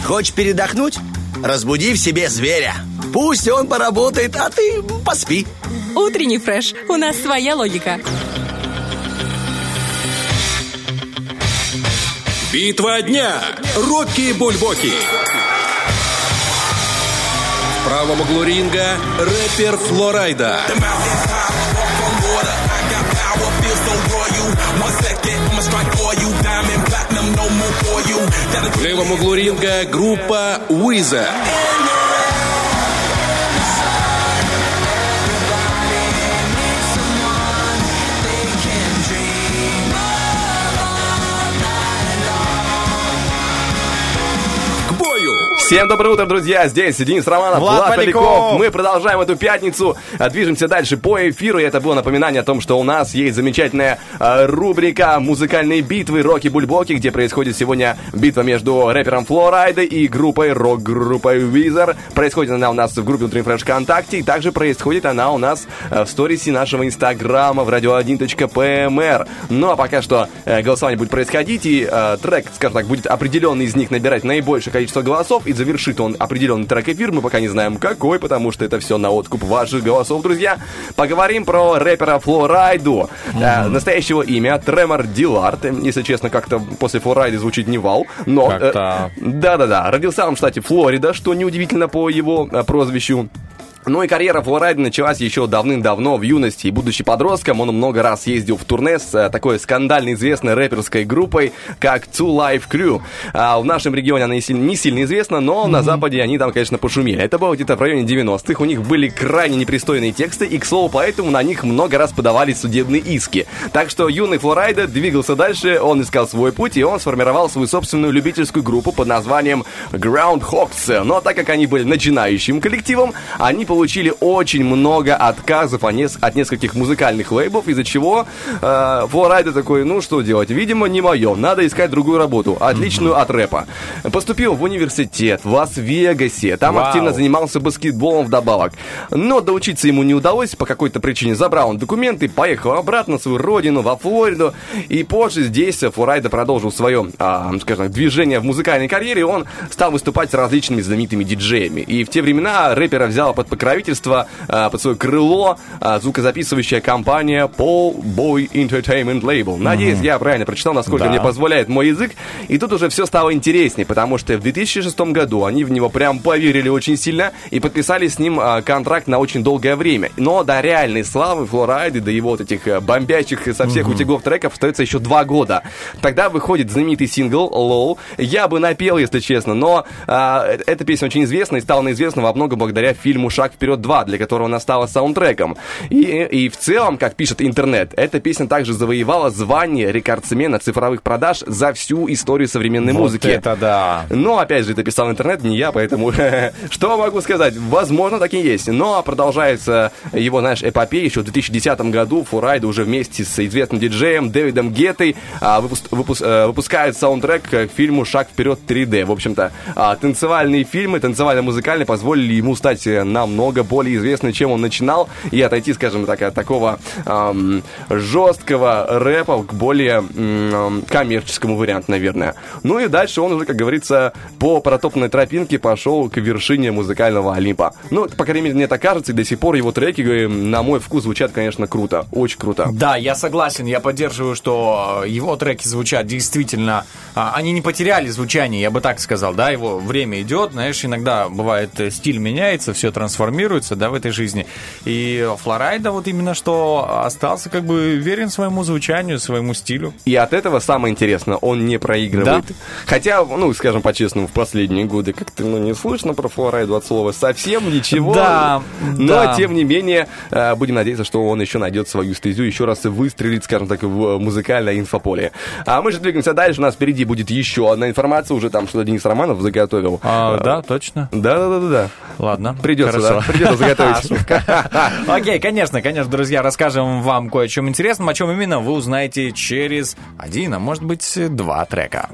Хочешь передохнуть? Разбуди в себе зверя. Пусть он поработает, а ты поспи. Утренний фреш. У нас своя логика. Битва дня. Рокки Бульбоки. В правом углу ринга рэпер Флорайда. В левом углу ринга группа Уиза. Всем доброе утро, друзья! Здесь Денис Романов, Влад Поляков. Мы продолжаем эту пятницу, движемся дальше по эфиру. И это было напоминание о том, что у нас есть замечательная рубрика «Музыкальные битвы» Рокки Бульбоки, где происходит сегодня битва между рэпером Флорайда и рок-группой Weezer. Происходит она у нас в группе «Утренний фреш» ВКонтакте, и также происходит она у нас в сторисе нашего инстаграма в radio1.pmr. Ну а пока что голосование будет происходить, и трек, скажем так, будет определенный из них набирать наибольшее количество голосов, и завершит он определенный трек эфир. Мы пока не знаем какой, потому что это все на откуп ваших голосов, друзья. Поговорим про рэпера Флорайду. Настоящего имя Тремор Диллард. Если честно, как-то после Флорайды звучит не вау. Но да-да-да. Родился он в штате Флорида, что неудивительно по его прозвищу. Ну и карьера Флорайда началась еще давным-давно, в юности. И будучи подростком, он много раз ездил в турне с такой скандально известной рэперской группой, как Two Live Crew. В нашем регионе она не сильно известна, но на Западе они там, конечно, пошумели. Это было где-то в районе 90-х. У них были крайне непристойные тексты, и, к слову, поэтому на них много раз подавались судебные иски. Так что юный Флорайда двигался дальше, он искал свой путь, и он сформировал свою собственную любительскую группу под названием Groundhogs. Но так как они были начинающим коллективом, они получили очень много отказов от нескольких музыкальных лейблов, из-за чего Флорайда такой, ну что делать, видимо, не мое, надо искать другую работу, отличную от рэпа. Поступил в университет в Лас-Вегасе, там активно занимался баскетболом вдобавок. Но доучиться ему не удалось, по какой-то причине забрал он документы, поехал обратно в свою родину, во Флориду, и позже здесь Флорайда продолжил свое, скажем, движение в музыкальной карьере, он стал выступать с различными знаменитыми диджеями. И в те времена рэпера взяла под покровительство, под свое крыло звукозаписывающая компания Paul Boy Entertainment Label. Надеюсь, я правильно прочитал, насколько мне позволяет мой язык. И тут уже все стало интереснее, потому что в 2006 году они в него прям поверили очень сильно и подписали с ним контракт на очень долгое время. Но до реальной славы Флорайды, до его вот этих бомбящих со всех утюгов треков остается еще 2 года. Тогда выходит знаменитый сингл «Low». Я бы напел, если честно, но эта песня очень известна и стала известна во многом благодаря фильму «Шаг вперед 2», для которого она стала саундтреком. И в целом, как пишет интернет, эта песня также завоевала звание рекордсмена цифровых продаж за всю историю современной музыки. Это да. Но, опять же, это писал интернет, не я, поэтому что могу сказать? Возможно, так и есть. Но продолжается его, знаешь, эпопея. Еще в 2010 году Флорайда уже вместе с известным диджеем Дэвидом Геттой выпускает саундтрек к фильму «Шаг вперед 3D». В общем-то, танцевальные фильмы, танцевально-музыкальные позволили ему стать намного более известным, чем он начинал, и отойти, скажем так, от такого жесткого рэпа к более коммерческому варианту, наверное. Ну и дальше он уже, как говорится, по протоптанной тропинке пошел к вершине музыкального Олимпа. Ну, по крайней мере, мне так кажется, и до сих пор его треки, на мой вкус, звучат, конечно, круто. Очень круто. Да, я согласен, я поддерживаю, что его треки звучат действительно... Они не потеряли звучание, я бы так сказал, да, его время идет, знаешь, иногда бывает стиль меняется, все трансформируется, да, в этой жизни. И Флорайда вот именно что остался как бы верен своему звучанию, своему стилю. И от этого самое интересное, он не проигрывает. Да? Хотя, ну, скажем по-честному, в последние годы как-то, не слышно про Флорайду от слова совсем ничего. Да, но, тем не менее, будем надеяться, что он еще найдет свою стезю, еще раз выстрелит, скажем так, в музыкальное инфополе. А мы же двигаемся дальше, у нас впереди будет еще одна информация, уже там что-то Денис Романов заготовил. Да, точно. Да. Ладно. Придется заготовить. Окей, конечно, друзья, расскажем вам кое о чем интересном, о чем именно вы узнаете через 1, а может быть 2 трека.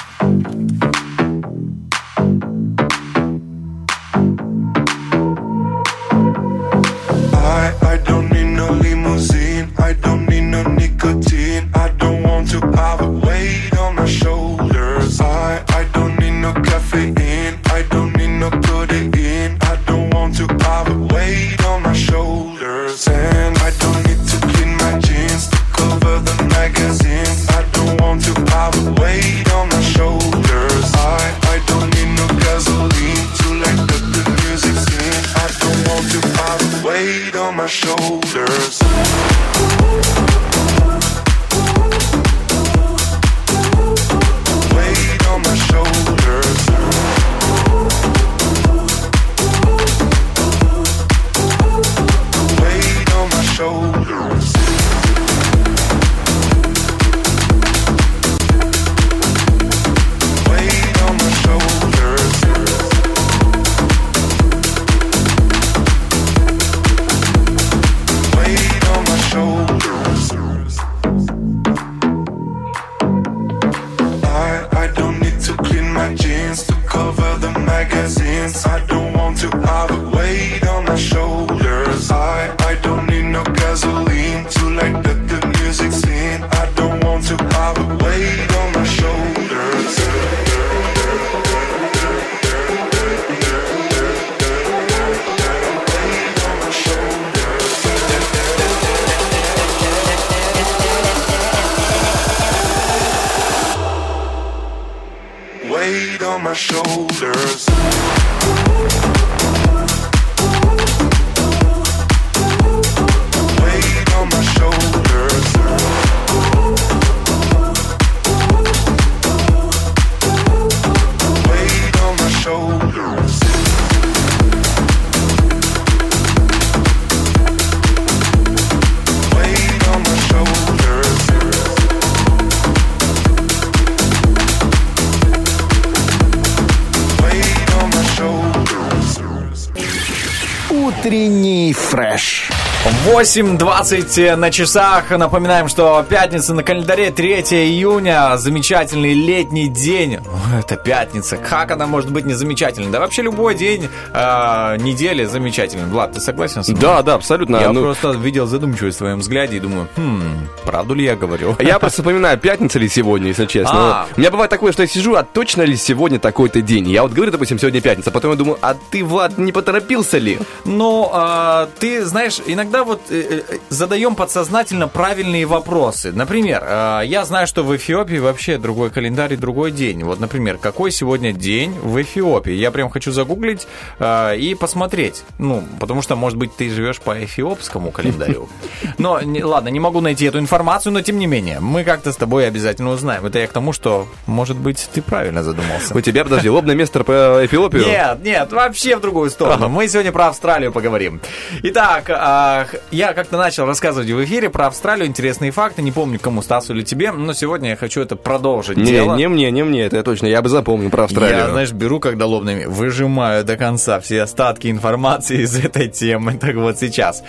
I don't need no limousine, I don't need no nicotine, I don't want to have a weight on my shoulders. I don't need no caffeine, shoulders. Weight on my shoulders. Weight on my shoulders. Weight on my shoulders. Weight on my shoulders. I don't need to clean my jeans to cover the magazines. I don't want to have a weight on my shoulders. I don't need no gasoline to light up the music scene. I don't want to have a weight on my shoulders. Weight on my shoulders. Weight on my shoulders. Weight on my shoulders. Weight on my shoulders. Weight on my shoulders. Утренний фреш. 8:20 на часах. Напоминаем, что пятница на календаре, 3 июня. Замечательный летний день. Это пятница. Как она может быть не замечательной? Да вообще любой день недели замечательный. Влад, ты согласен с мной? Да, абсолютно. Я просто видел задумчивость в своем взгляде и думаю, правду ли я говорю? Я просто вспоминаю, пятница ли сегодня, если честно. У меня бывает такое, что я сижу, а точно ли сегодня такой-то день? Я вот говорю, допустим, сегодня пятница, потом я думаю, а ты, Влад, не поторопился ли? Ну, ты знаешь, иногда вот задаем подсознательно правильные вопросы. Например, я знаю, что в Эфиопии вообще другой календарь и другой день. Вот, например, какой сегодня день в Эфиопии? Я прям хочу загуглить и посмотреть. Ну, потому что, может быть, ты живешь по эфиопскому календарю. Но, ладно, не могу найти эту информацию, но тем не менее, мы как-то с тобой обязательно узнаем. Это я к тому, что, может быть, ты правильно задумался. У тебя, подожди, лобное место по Эфиопию? Нет, вообще в другую сторону. Мы сегодня про Австралию поговорим. Итак, я как-то начал рассказывать в эфире про Австралию, интересные факты. Не помню, кому, Стасу или тебе, но сегодня я хочу это продолжить дело. Не мне, это я точно, я бы запомнил про Австралию. Я, знаешь, беру, когда лобными, выжимаю до конца все остатки информации из этой темы. Так вот сейчас.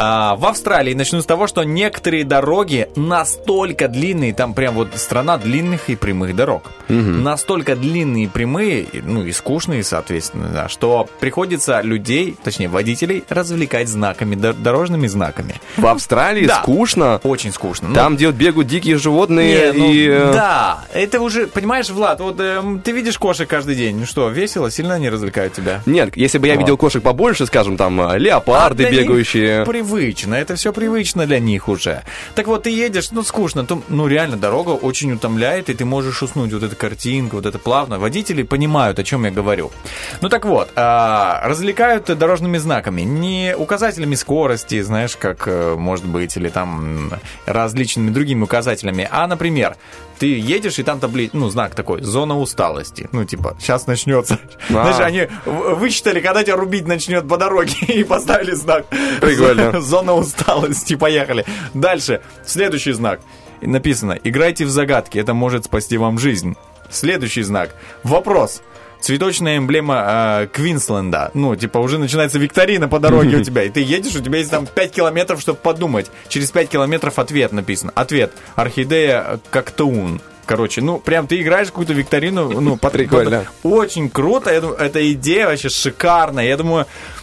В Австралии начну с того, что некоторые дороги настолько длинные, там прям вот страна длинных и прямых дорог. Настолько длинные и прямые, ну и скучные, соответственно, да, что приходится людей, точнее водителей, развлекать знаками, дорожными знаками. В Австралии да. Скучно? Очень скучно. Там, где бегают дикие животные Да, это уже, понимаешь, Влад, вот ты видишь кошек каждый день, ну что, весело, сильно они развлекают тебя? Нет, если бы я видел кошек побольше, скажем, там, леопарды бегающие. Привычно, это все привычно для них уже. Так вот, ты едешь, ну, скучно, то, ну, реально, дорога очень утомляет, и ты можешь уснуть, вот эта картинка, вот это плавно. Водители понимают, о чем я говорю. Ну, так вот, развлекают дорожными знаками, не указателями скорости, знаешь, как может быть, или там различными другими указателями, а, например, ты едешь, и там знак такой, зона усталости. Ну, типа, сейчас начнется. Знаешь, они высчитали, когда тебя рубить начнет по дороге, и поставили знак. Прикольно. Зона усталости, поехали. Дальше, следующий знак. Написано, играйте в загадки, это может спасти вам жизнь. Следующий знак. Вопрос. Цветочная эмблема Квинсленда. Ну, типа, уже начинается викторина по дороге у тебя. И ты едешь, у тебя есть там 5 километров, чтобы подумать. Через 5 километров ответ написан. Ответ. Орхидея Коктеун. Короче, ну, прям ты играешь какую-то викторину. Ну, прикольно. Очень круто. Я думаю, эта идея вообще шикарная. Я думаю,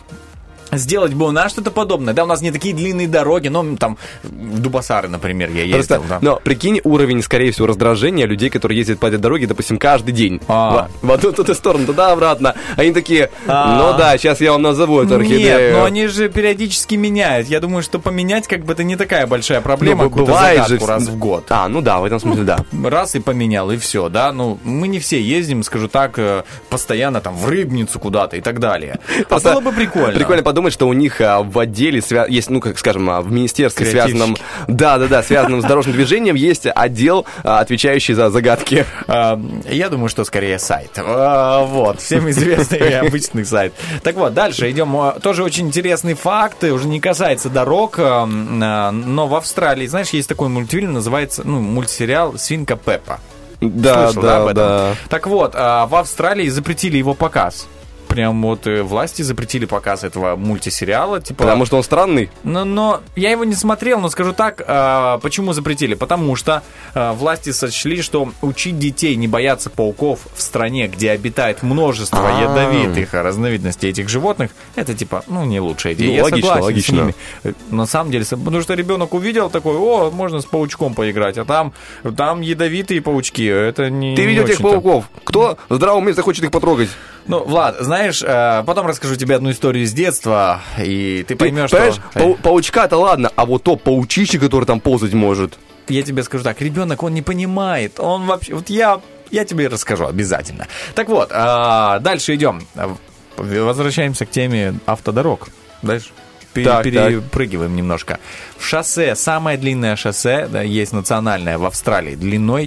сделать бы у нас что-то подобное. Да, у нас не такие длинные дороги, но там в Дубасары, например, я ездил. Просто, да. Но прикинь уровень, скорее всего, раздражения людей, которые ездят по этой дороге, допустим, каждый день. В одну сторону, туда-обратно. Они такие, ну да, сейчас я вам назову эту орхидею. Нет, но они же периодически меняют. Я думаю, что поменять как бы это не такая большая проблема, какую-то бывает загадку же раз в год. Ну да, в этом смысле да. Раз и поменял, и все, да. Ну, мы не все ездим, скажу так, постоянно там в Рыбницу куда-то и так далее. А было бы прикольно. Прикольно подумать, думать, что у них в отделе есть, ну, как скажем, в министерстве, связанном... Да, связанном с дорожным движением, есть отдел, отвечающий за загадки. Я думаю, что скорее сайт. Вот, всем известный и обычный сайт. Так вот, дальше идем. Тоже очень интересный факт, уже не касается дорог, но в Австралии, знаешь, есть такой мультфильм, называется, ну, мультсериал «Свинка Пеппа». Да, слышал, об этом? Да. Так вот, в Австралии запретили его показ. Прям вот власти запретили показ этого мультисериала. Типа, потому что он странный? Но я его не смотрел, но скажу так, почему запретили? Потому что власти сочли, что учить детей не бояться пауков в стране, где обитает множество ядовитых разновидностей этих животных, это типа, ну, не лучшая идея. Ну, я логично. с ними. На самом деле, потому что ребенок увидел такой, о, можно с паучком поиграть, а там ядовитые паучки, это не... Ты видел этих пауков? Кто в здравом уме захочет их потрогать? Ну, Влад, знаешь, потом расскажу тебе одну историю из детства, и ты поймешь, что... Паучка-то ладно, а вот то паучище, который там ползать может. Я тебе скажу так, ребенок, он не понимает, он вообще... Вот я тебе расскажу обязательно. Так вот, дальше идем. Возвращаемся к теме автодорог. Дальше. Перепрыгиваем немножко. Шоссе, самое длинное шоссе, да, есть национальное в Австралии, длиной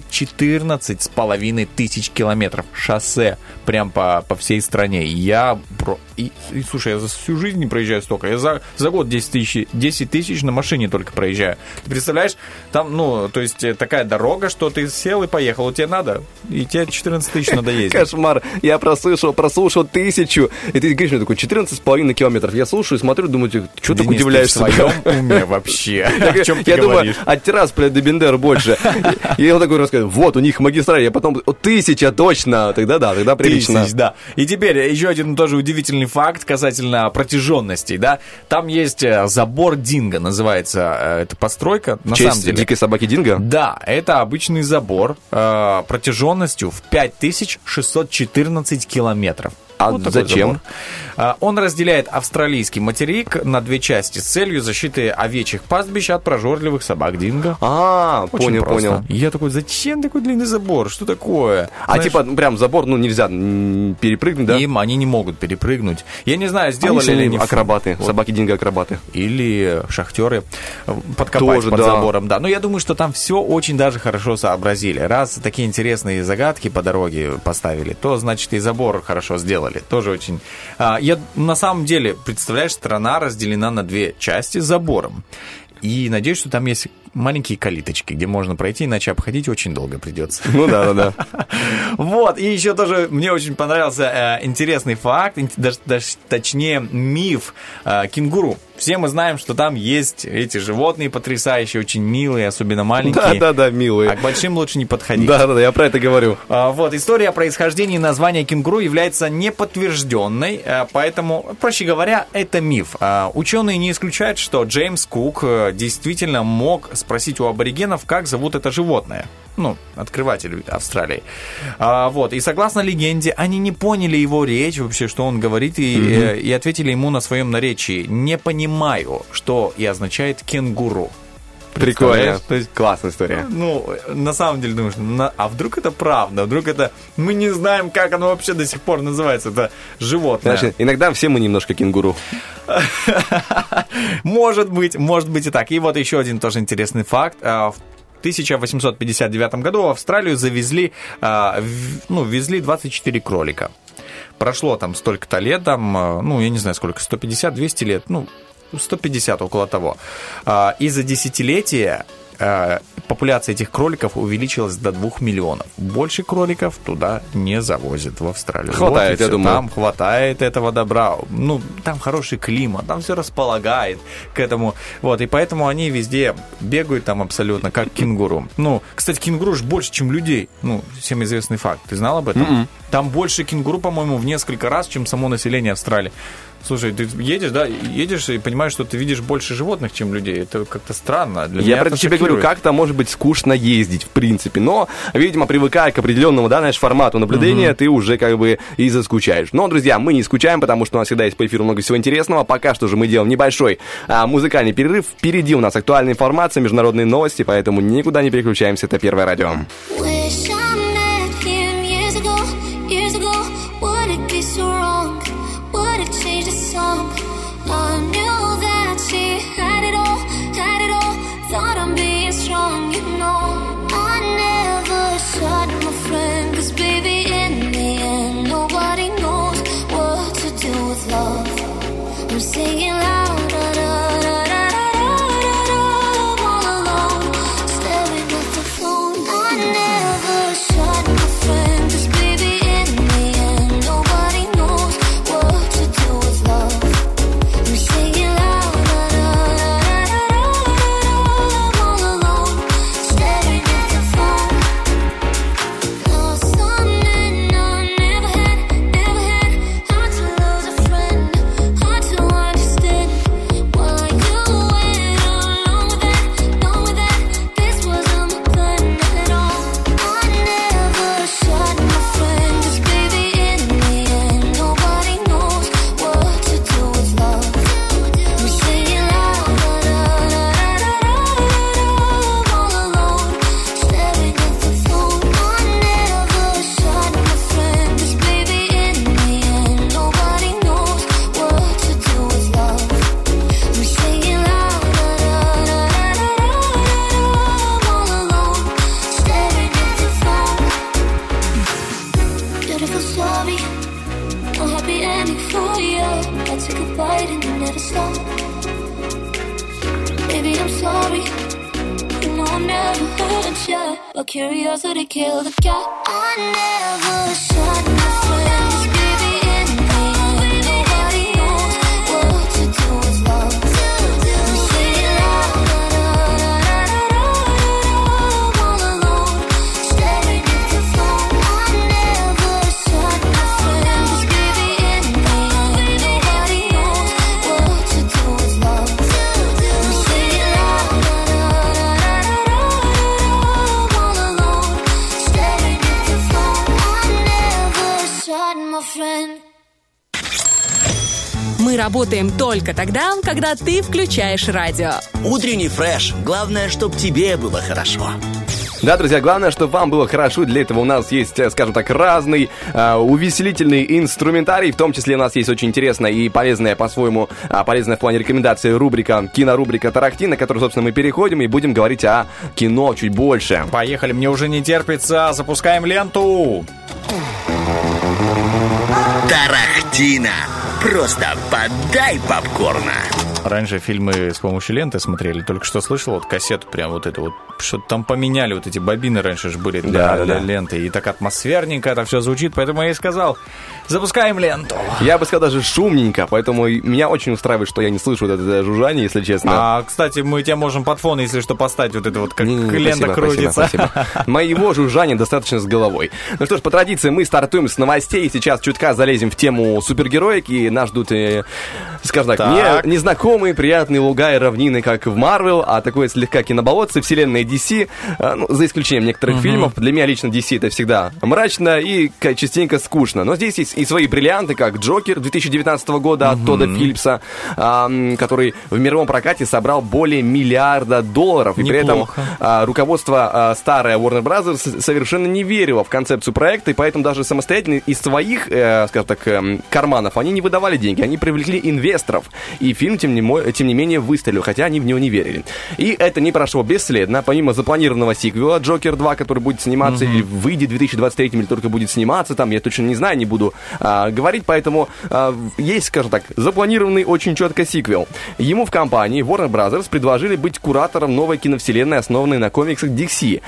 14,5 тысяч километров. Шоссе прям по всей стране. Слушай, я за всю жизнь не проезжаю столько. Я за год 10 тысяч на машине только проезжаю. Ты представляешь, там, ну, то есть такая дорога, что ты сел и поехал. Тебе надо, и тебе 14 тысяч надо ездить. Кошмар. Я прослушал 1000, и ты говоришь, мне такой 14,5 километров. Я слушаю, смотрю, думаю, что ты удивляешься? Ты в своем уме вообще? Я думаю, от Тирасполя до Бендер больше. И я такой рассказываю, вот у них магистраль, я потом 1000 точно, тогда прилично. 1000, да. И теперь еще один тоже удивительный факт касательно протяженностей, да. Там есть забор Динго, называется эта постройка. На самом деле. Дикой собаки Динго? Да, это обычный забор протяженностью в 5614 километров. А вот зачем? Он разделяет австралийский материк на две части с целью защиты овечьих пастбищ от прожорливых собак динго. Понял. И я такой, зачем такой длинный забор? Что такое? Знаешь, типа прям забор, ну, нельзя перепрыгнуть, да? Им они не могут перепрыгнуть. Я не знаю, сделали ли они... Акробаты, собаки динго акробаты. Или шахтеры подкопать тоже, под забором. Да, но я думаю, что там все очень даже хорошо сообразили. Раз такие интересные загадки по дороге поставили, то, значит, и забор хорошо сделали. Тоже очень... Я на самом деле, представляешь, страна разделена на две части забором. И надеюсь, что там есть маленькие калиточки, где можно пройти, иначе обходить очень долго придется. Ну да. Вот, и еще тоже мне очень понравился интересный факт, точнее миф кенгуру. Все мы знаем, что там есть эти животные потрясающие, очень милые, особенно маленькие. Да, милые. А к большим лучше не подходить. Да, я про это говорю. Вот, история о происхождении названия кенгуру является неподтвержденной, поэтому, проще говоря, это миф. Ученые не исключают, что Джеймс Кук действительно мог спросить у аборигенов, как зовут это животное. Ну, открыватель Австралии. Вот, и согласно легенде, они не поняли его речь, вообще, что он говорит, и ответили ему на своем наречии: «Не понимаю», что и означает «кенгуру». Прикольно. То есть классная история. Ну, на самом деле думаешь, а вдруг это правда? Вдруг это... Мы не знаем, как оно вообще до сих пор называется, это животное. Знаешь, иногда все мы немножко кенгуру. Может быть и так. И вот еще один тоже интересный факт. В 1859 году в Австралию везли 24 кролика. Прошло там столько-то лет, там, я не знаю сколько, 150-200 лет, 150, около того. И за десятилетие популяция этих кроликов увеличилась до 2 миллионов. Больше кроликов туда не завозят в Австралию. Хватает, я думаю. Там хватает этого добра. Там хороший климат, там все располагает к этому. Вот, и поэтому они везде бегают там абсолютно, как кенгуру. Кстати, кенгуру же больше, чем людей. Всем известный факт. Ты знал об этом? Там больше кенгуру, по-моему, в несколько раз, чем само население Австралии. Слушай, ты едешь и понимаешь, что ты видишь больше животных, чем людей. Это как-то странно. Для меня я про тебе говорю, как-то может быть скучно ездить, в принципе. Но, видимо, привыкая к определенному, формату наблюдения, ты уже как бы и заскучаешь. Но, друзья, мы не скучаем, потому что у нас всегда есть по эфиру много всего интересного. Пока что же мы делаем небольшой музыкальный перерыв. Впереди у нас актуальная информация, международные новости, поэтому никуда не переключаемся. Это Первое радио. Would it be so wrong? Would it change the song? sorry. No happy ending for you. I took a bite and you never stopped. Baby, I'm sorry. You know I never hurt you, but curiosity killed the cat. I never shot my friends, baby, in the end. Nobody knows what to do with love. Say it loud, all alone, staring at the phone. I never shot my friends, baby, in the end. Nobody knows what to do with love. Say it loud, all alone, staring at the phone. I never shot my friend. Мы работаем только тогда, когда ты включаешь радио. Утренний фреш. Главное, чтобы тебе было хорошо. Да, друзья, главное, чтобы вам было хорошо. Для этого у нас есть, скажем так, разный увеселительный инструментарий. В том числе у нас есть очень интересная и полезная, по-своему, полезная в плане рекомендации рубрика, кинорубрика «Тарахти», на которую, собственно, мы переходим и будем говорить о кино чуть больше. Поехали, мне уже не терпится. Запускаем ленту. Тарахтина. Просто подай попкорна. Раньше фильмы с помощью ленты смотрели. Только что слышал вот кассету, прям вот это вот. Что-то там поменяли, вот эти бобины раньше же были для ленты. И так атмосферненько это все звучит. Поэтому я и сказал, запускаем ленту. Я бы сказал даже шумненько. Поэтому меня очень устраивает, что я не слышу вот это жужжание, если честно. Кстати, мы тебя можем под фон, если что, поставить вот это вот, как лента крутится. Спасибо. Моего жужжания достаточно с головой. Ну что ж, по традиции мы стартуем с новостей. Сейчас чутка залезем в тему супергероики. И нас ждут, скажем так, не незнакомые приятные луга и равнины, как в Marvel, а такое слегка киноболотце, вселенная DC, за исключением некоторых фильмов. Для меня лично DC это всегда мрачно и частенько скучно. Но здесь есть и свои бриллианты, как Джокер 2019 года от Тодда Филлипса, который в мировом прокате собрал более $1 миллиард. И при этом руководство старое Warner Bros. Совершенно не верило в концепцию проекта, и поэтому даже самостоятельно из своих, скажем так, карманов они не выдавали деньги, они привлекли инвесторов. И фильм, тем не менее, выстрелил, хотя они в него не верили. И это не прошло бесследно. Помимо запланированного сиквела «Джокер 2», который будет сниматься или выйдет в 2023 или только будет сниматься, там я точно не знаю, не буду говорить, поэтому есть, скажем так, запланированный очень четко сиквел. Ему в компании Warner Bros. Предложили быть куратором новой киновселенной, основанной на комиксах DC.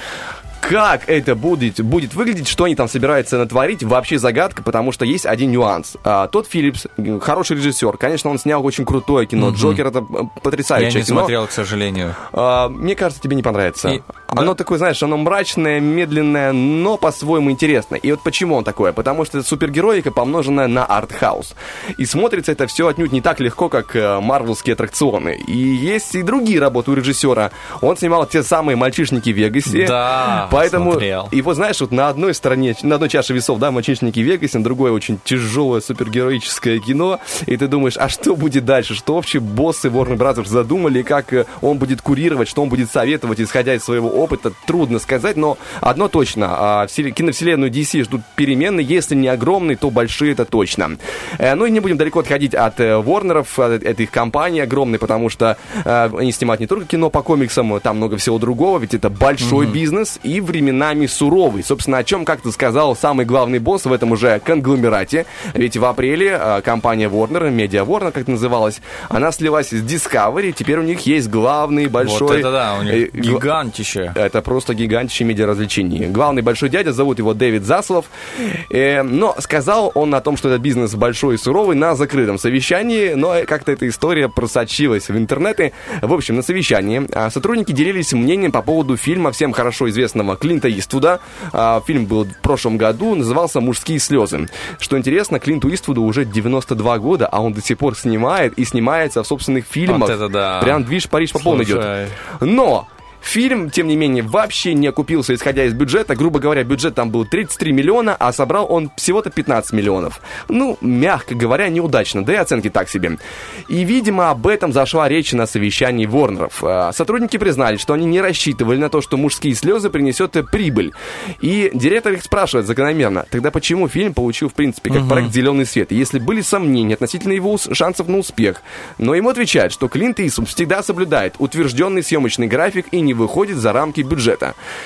Как это будет выглядеть, что они там собираются натворить, вообще загадка, потому что есть один нюанс. Тодд Филлипс, хороший режиссер, конечно, он снял очень крутое кино. Джокер — это потрясающее кино. Я не смотрел, к сожалению. Мне кажется, тебе не понравится. Оно такое, знаешь, оно мрачное, медленное, но по-своему интересное. И вот почему он такое? Потому что это супергероика, помноженная на артхаус. И смотрится это все отнюдь не так легко, как марвелские аттракционы. И есть и другие работы у режиссера. Он снимал те самые «Мальчишники в Вегасе». Да. Поэтому смотрел. его, знаешь, вот на одной стороне, на одной чаше весов, да, «Мальчишники в Вегасе», на другое очень тяжелое супергероическое кино, и ты думаешь, а что будет дальше? Что вообще боссы Warner Bros. Задумали, как он будет курировать, что он будет советовать, исходя из своего опыта, трудно сказать, но одно точно, киновселенную DC ждут перемены, если не огромные, то большие, это точно. Ну и не будем далеко отходить от Warner'ов, от их компании огромной, потому что они снимают не только кино по комиксам, там много всего другого, ведь это большой бизнес, и временами суровый. Собственно, о чем, как ты сказал, самый главный босс в этом уже конгломерате. Ведь в апреле компания Warner, Media Warner, как это называлась, она слилась с Discovery. Теперь у них есть главный большой... Вот это да, у них гигантище. Это просто гигантище медиаразвлечений. Главный большой дядя, зовут его Дэвид Заслов. Но сказал он о том, что этот бизнес большой и суровый, на закрытом совещании, но как-то эта история просочилась в интернеты. В общем, на совещании сотрудники делились мнением по поводу фильма всем хорошо известного Клинта Иствуда. Фильм был в прошлом году, назывался «Мужские слезы». Что интересно, Клинту Иствуду уже 92 года, а он до сих пор снимает и снимается в собственных фильмах. Вот это да. Прям движ Париж по полной идет. Но фильм, тем не менее, вообще не окупился, исходя из бюджета. Грубо говоря, бюджет там был 33 миллиона, а собрал он всего-то 15 миллионов. Ну, мягко говоря, неудачно, да и оценки так себе. И, видимо, об этом зашла речь на совещании Ворнеров. Сотрудники признали, что они не рассчитывали на то, что «Мужские слезы» принесет прибыль. И директор их спрашивает закономерно, тогда почему фильм получил, в принципе, как проект «Зеленый свет», если были сомнения относительно его шансов на успех. Но ему отвечают, что Клинт Иствуд всегда соблюдает утвержденный съемочный график и не выходит за рамки бюджета.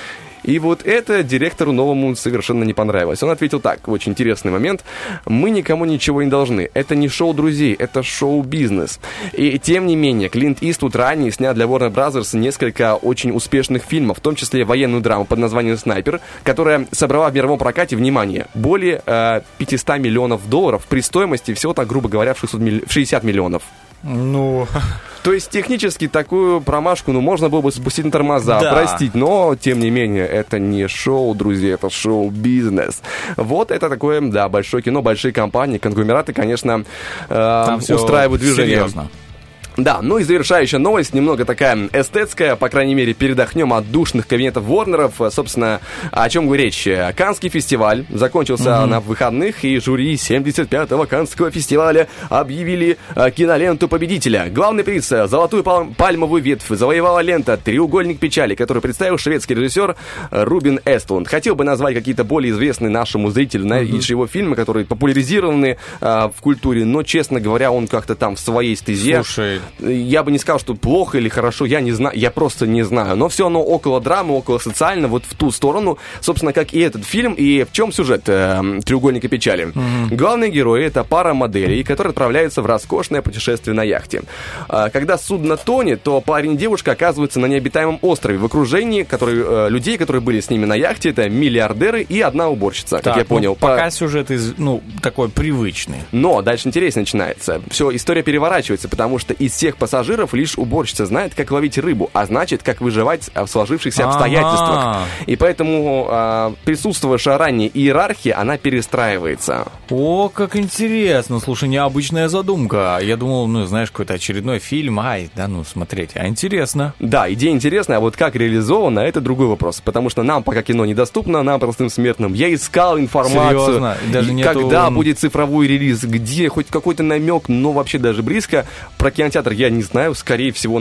И вот это директору новому совершенно не понравилось. Он ответил так, очень интересный момент. Мы никому ничего не должны. Это не шоу друзей, это шоу-бизнес. И тем не менее, Клинт Иствуд ранее снял для Warner Brothers несколько очень успешных фильмов, в том числе военную драму под названием «Снайпер», которая собрала в мировом прокате, внимание, более $500 миллионов при стоимости всего, так грубо говоря, в 60 миллионов. Ну... То есть технически такую промашку, можно было бы спустить на тормоза, да. простить, но, тем не менее, это не шоу, друзья, это шоу-бизнес. Вот это такое, да, большое кино, большие компании, конгломераты, конечно, устраивают движение. Серьезно. Да, ну и завершающая новость, немного такая эстетская, по крайней мере, передохнем от душных кабинетов Ворнеров. Собственно, о чем речь? Каннский фестиваль закончился на выходных, и жюри 75-го Каннского фестиваля объявили киноленту победителя. Главный приз «Золотую пальмовую ветвь» завоевала лента «Треугольник печали», которую представил шведский режиссер Рубин Эстлунд. Хотел бы назвать какие-то более известные нашему зрителю, его фильмы, которые популяризированы в культуре, но, честно говоря, он как-то там в своей стезе. Слушай, я бы не сказал, что плохо или хорошо, я не знаю, я просто не знаю. Но все равно около драмы, около социально, вот в ту сторону, собственно, как и этот фильм. И в чем сюжет «Треугольника печали»? Главные герои — это пара моделей, которые отправляются в роскошное путешествие на яхте. Когда судно тонет, то парень и девушка оказываются на необитаемом острове в окружении людей, которые были с ними на яхте. Это миллиардеры и одна уборщица, как я понял. Пока сюжет такой привычный. Но дальше интересно начинается. Все, история переворачивается, потому что из всех пассажиров лишь уборщица знает, как ловить рыбу, а значит, как выживать в сложившихся обстоятельствах. И поэтому присутствовавшая ранее иерархия, она перестраивается. О, как интересно. Слушай, необычная задумка. Я думал, знаешь, какой-то очередной фильм. Смотреть. А интересно. Да, идея интересная, а вот как реализована, это другой вопрос. Потому что нам пока кино недоступно, нам, простым смертным. Я искал информацию. Серьезно? Даже когда будет цифровой релиз, где хоть какой-то намек, но вообще даже близко. Про кинотеатр я не знаю, скорее всего,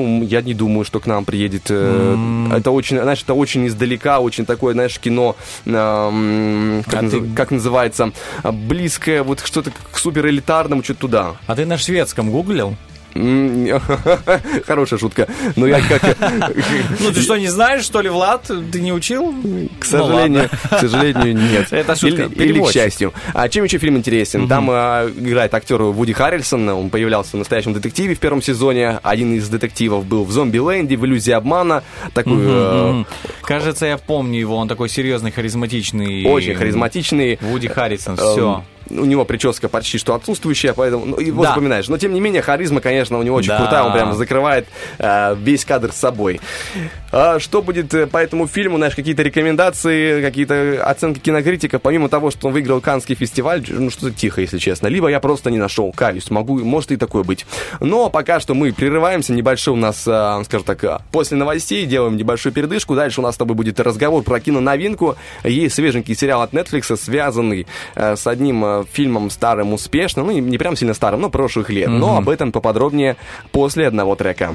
я не думаю, что к нам приедет. Это очень, это очень издалека, очень такое, кино, как называется, близкое, вот что-то к суперэлитарному, что-то туда. А ты на шведском гуглил? Хорошая шутка. Но я как... ты что, не знаешь, что ли, Влад? Ты не учил? К сожалению, нет. Это шутка. Или к счастью. А чем еще фильм интересен? Там играет актер Вуди Харрельсон. Он появлялся в «Настоящем детективе» в первом сезоне. Один из детективов был в «Зомбиленде», в «Иллюзии обмана». Кажется, я помню его. Он такой серьезный, харизматичный. Очень харизматичный. Вуди Харрельсон, все. У него прическа почти что отсутствующая, поэтому его запоминаешь. Но, тем не менее, харизма, конечно, у него очень крутая. Он прям закрывает весь кадр с собой. Что будет по этому фильму? Какие-то рекомендации, какие-то оценки кинокритика? Помимо того, что он выиграл Каннский фестиваль, что-то тихо, если честно. Либо я просто не нашел, каюсь. Может и такое быть. Но пока что мы прерываемся. Небольшой у нас, скажем так, после новостей делаем небольшую передышку. Дальше у нас с тобой будет разговор про киноновинку. Есть свеженький сериал от Netflix, связанный с одним фильмом старым, успешным, не прям сильно старым, но прошлых лет. Но об этом поподробнее после одного трека.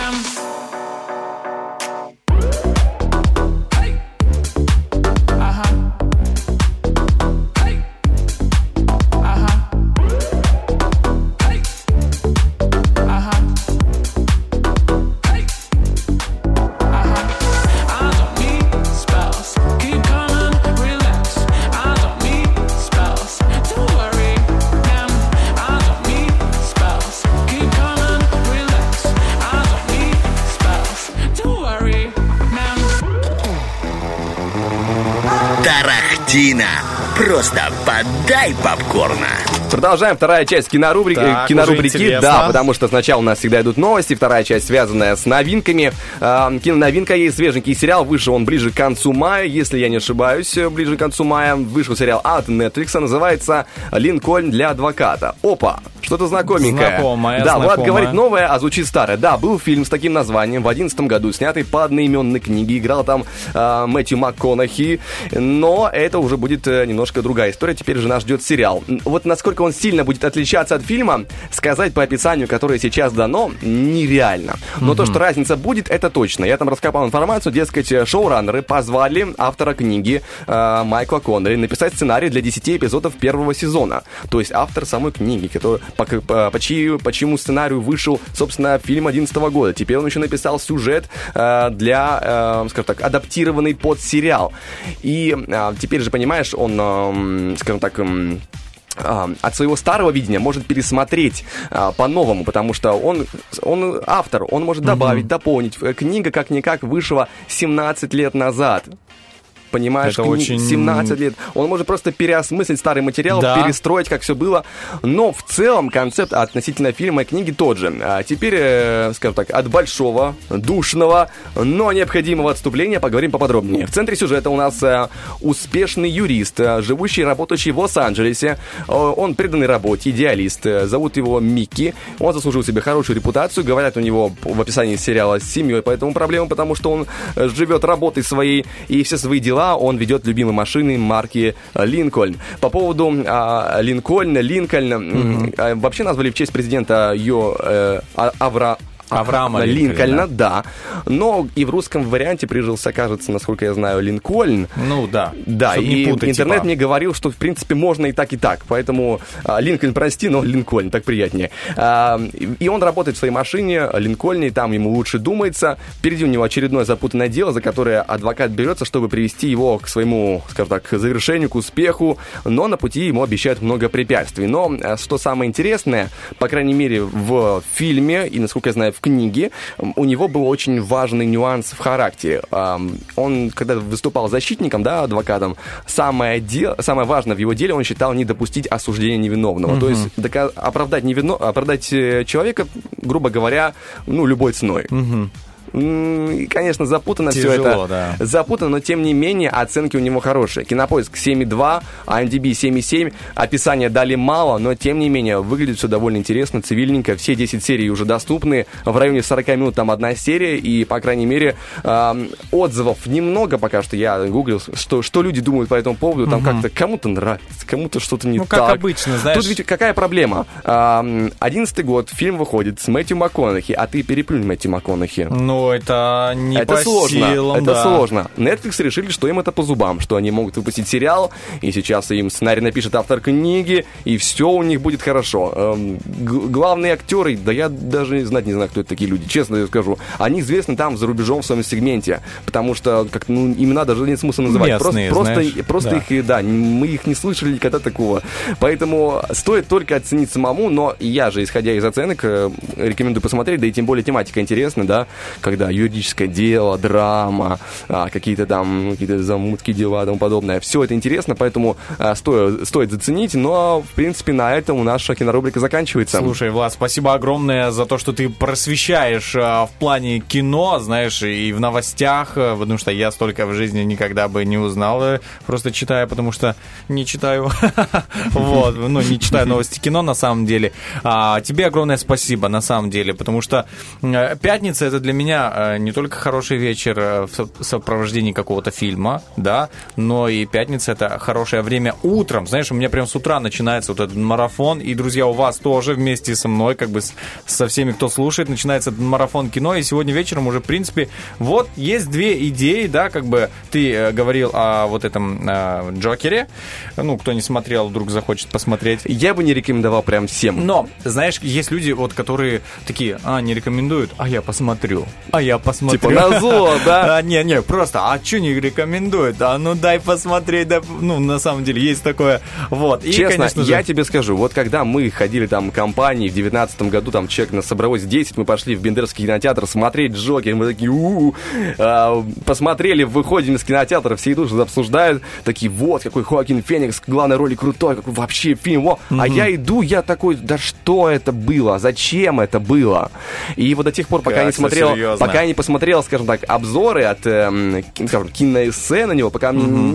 Тарахтина. Просто подай попкорна. Продолжаем вторая часть кинорубрики. Так, Кинорубрики, да, потому что сначала у нас всегда идут новости, вторая часть связанная с новинками. Киноновинка есть, свеженький сериал, вышел он ближе к концу мая, если я не ошибаюсь, ближе к концу мая. Вышел сериал от Netflix, называется «Линкольн для адвоката». Опа, что-то знакоменькое. Знакомое, да, знакомое. Влад говорит новое, а звучит старое. Да, был фильм с таким названием в 2011 году, снятый по одноименной книге. Играл там Мэтью МакКонахи, но это уже будет немножко другая история. Теперь же нас ждет сериал. Вот насколько он сильно будет отличаться от фильма, сказать по описанию, которое сейчас дано, нереально. Но то, что разница будет, это точно. Я там раскопал информацию, дескать, шоураннеры позвали автора книги Майкла Коннелли написать сценарий для 10 эпизодов первого сезона. То есть автор самой книги, который, по чьему сценарию вышел, собственно, фильм 2011 года. Теперь он еще написал сюжет для, скажем так, адаптированный под сериал. И теперь же, понимаешь, он, скажем так, от своего старого видения может пересмотреть по-новому, потому что он автор, он может добавить, дополнить. Книга, как-никак, вышла 17 лет назад. Понимаешь, это очень... 17 лет. Он может просто переосмыслить старый материал, да. перестроить, как все было. Но в целом концепт относительно фильма и книги тот же. А теперь, скажем так, от большого, душного, но необходимого отступления поговорим поподробнее. В центре сюжета у нас успешный юрист, живущий и работающий в Лос-Анджелесе. Он преданный работе, идеалист. Зовут его Микки. Он заслужил себе хорошую репутацию. Говорят у него в описании сериала с семьей по этому проблему, потому что он живет работой своей и все свои дела он ведет любимой машины марки Линкольн. По поводу Линкольн, вообще назвали в честь президента Авраама Линкольна, да. Но и в русском варианте прижился, кажется, насколько я знаю, Линкольн. Ну да. Да, чтобы и не путать, интернет типа. мне говорил, что, в принципе, можно и так, и так. Поэтому Линкольн, прости, но Линкольн, так приятнее. И он работает в своей машине, Линкольне, там ему лучше думается. Впереди у него очередное запутанное дело, за которое адвокат берется, чтобы привести его к своему, скажем так, завершению, к успеху. Но на пути ему обещают много препятствий. Но что самое интересное, по крайней мере, в фильме, и, насколько я знаю, в книге, у него был очень важный нюанс в характере. Он, когда выступал защитником, да, адвокатом, самое важное в его деле он считал не допустить осуждения невиновного. То есть оправдать человека, грубо говоря, любой ценой. И, конечно, запутано все это. Да. Запутано, но тем не менее оценки у него хорошие. Кинопоиск 7,2, IMDb 7,7. Описания дали мало, но тем не менее выглядит все довольно интересно, цивильненько. Все 10 серий уже доступны. В районе 40 минут там одна серия. И, по крайней мере, отзывов немного пока что. Я гуглил, что люди думают по этому поводу. Там как-то кому-то нравится, кому-то что-то не так. Ну, как обычно, знаешь. Тут ведь какая проблема? 11-й год, фильм выходит с Мэтью МакКонахи, а ты переплюнь Мэтью МакКонахи. Ну, это не это по сложно, силам, это да. сложно. Netflix решили, что им это по зубам, что они могут выпустить сериал, и сейчас им сценарий напишет автор книги, и все у них будет хорошо. Главные актеры, да я даже не знаю, кто это такие люди, честно скажу. Они известны там за рубежом в своем сегменте, потому что имена даже нет смысла называть. Местные, просто да. их, да, мы их не слышали никогда такого. Поэтому стоит только оценить самому, но я же, исходя из оценок, рекомендую посмотреть, да и тем более тематика интересна, да, когда юридическое дело, драма, какие-то замутки, дела и тому подобное. Все это интересно, поэтому стоит заценить, но, в принципе, на этом наша кинорубрика заканчивается. Слушай, Влад, спасибо огромное за то, что ты просвещаешь в плане кино, знаешь, и в новостях, потому что я столько в жизни никогда бы не узнал, просто читаю, потому что не читаю. Вот, не читаю новости кино, на самом деле. Тебе огромное спасибо, на самом деле, потому что пятница — это для меня сегодня не только хороший вечер в сопровождении какого-то фильма, да, но и пятница — это хорошее время утром. Знаешь, у меня прям с утра начинается вот этот марафон, и, друзья, у вас тоже вместе со мной, как бы со всеми, кто слушает, начинается этот марафон кино, и сегодня вечером уже, в принципе, вот есть две идеи, да, как бы ты говорил о вот этом Джокере, ну, кто не смотрел, вдруг захочет посмотреть. Я бы не рекомендовал прям всем. Но, знаешь, есть люди, вот, которые такие, не рекомендуют, я посмотрю. Типа назло, да? Не, просто, что не рекомендуют? Ну дай посмотреть, да, ну, на самом деле, есть такое, вот. И, честно, конечно же... я тебе скажу, вот когда мы ходили там компанией в 19 году, там человек нас собралось 10, мы пошли в Бендерский кинотеатр смотреть Джокер, мы такие, посмотрели, выходим из кинотеатра, все идут, обсуждают, такие, вот, какой Хоакин Феникс, главной роли крутой, какой вообще фильм, а я иду, я такой, да что это было, зачем это было? И вот до тех пор, пока я не посмотрел, скажем так, обзоры от, скажем, киноэссе на него, пока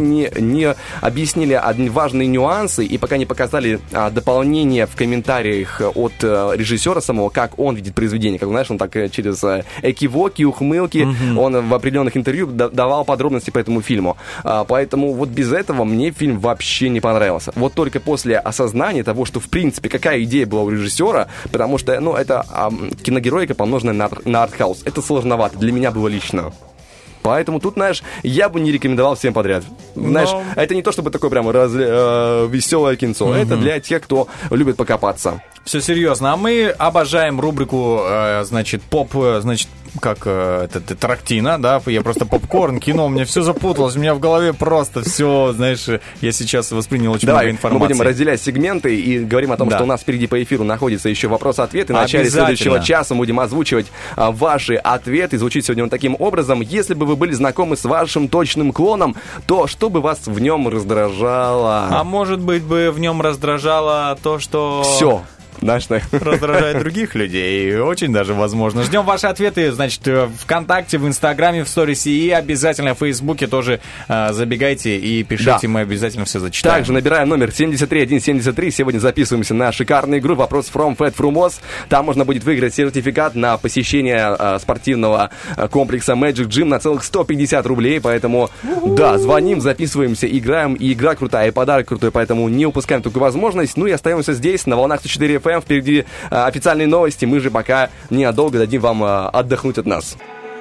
не объяснили важные нюансы и пока не показали дополнение в комментариях от режиссера самого, как он видит произведение, как, знаешь, он так через экивоки, ухмылки, он в определенных интервью давал подробности по этому фильму. Поэтому вот без этого мне фильм вообще не понравился. Вот только после осознания того, что в принципе какая идея была у режиссера, потому что, ну, это киногероика, помноженная на артхаус. Это сложновато для меня было лично. Поэтому тут, знаешь, я бы не рекомендовал всем подряд. Знаешь, это не то, чтобы такое прям веселое кинцо. Это для тех, кто любит покопаться. Все серьезно. А мы обожаем рубрику, значит, поп, значит, как это Тарантино, да, я просто попкорн, кино, у меня все запуталось, у меня в голове просто все, знаешь, я сейчас воспринял очень много информации. Мы будем разделять сегменты и говорим о том, что у нас впереди по эфиру находится еще вопрос-ответ, и в начале следующего часа мы будем озвучивать ваши ответы. Звучит сегодня он таким образом: если бы вы были знакомы с вашим точным клоном, то что бы вас в нем раздражало? А может быть бы в нем раздражало то, что... Все. Раздражает других людей. Очень даже возможно. Ждем ваши ответы, значит, ВКонтакте, в Инстаграме, в сторисе и обязательно в Фейсбуке тоже забегайте и пишите, мы обязательно все зачитаем. Также набираем номер 73173. Сегодня записываемся на шикарную игру «Вопрос from Fat Frumos». Там можно будет выиграть сертификат на посещение спортивного комплекса Magic Gym на целых 150 рублей. Поэтому, да, звоним, записываемся, играем. И игра крутая, и подарок крутой, поэтому не упускаем такую возможность. Ну и остаемся здесь, на волнах 104 FM. Впереди официальные новости. Мы же пока ненадолго дадим вам отдохнуть от нас.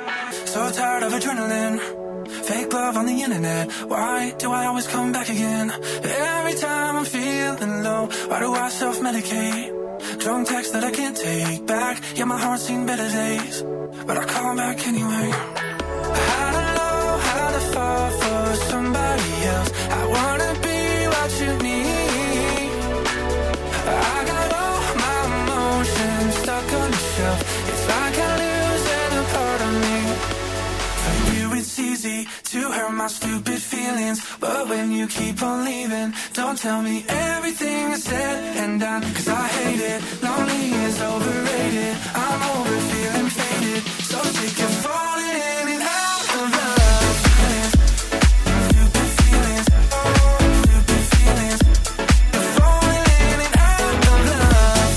So tired of adrenaline, fake love on the internet. Why do I always come back again? Every time I'm feeling low, why do I self-medicate? Drunk text that I can't take back. Yeah, my heart's seen better days, but I call back anyway. I don't know how to fall for somebody else. I wanna be what you need. I got all my emotions stuck on the shelf. It's like I'm losing a part of me. For you it's easy to hurt my stupid feelings, but when you keep on leaving, don't tell me everything is said and done, 'cause I hate it. Lonely is overrated. I'm over feeling faded, so sick of falling in and out of love. Stupid feelings, stupid feelings. Falling in and out of love.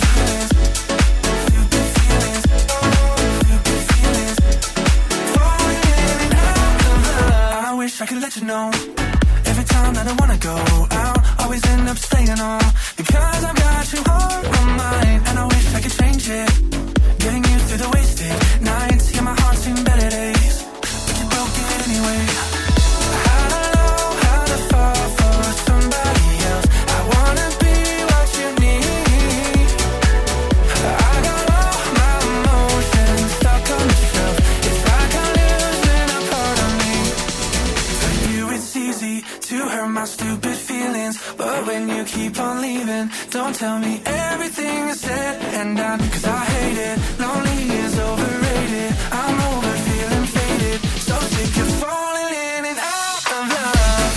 Stupid feelings, stupid feelings. Falling in and out of love. I wish I could let you know. Every time that I wanna go out, always end up staying on, because I've got you on my mind, and I wish I could change it. Getting used to the wasted nights, yeah, my heart's seen better days, but you broke it anyway. I don't know how to fall for somebody else. I wanna be what you need. I got all my emotions stuck on the shelf. It's like I'm losing a part of me. For you it's easy to hurt my stupid feelings, but when you keep on leaving, don't tell me everything is said and done, 'cause I hate it. Lonely is overrated. I'm over feeling faded, so sick of falling in and out of love.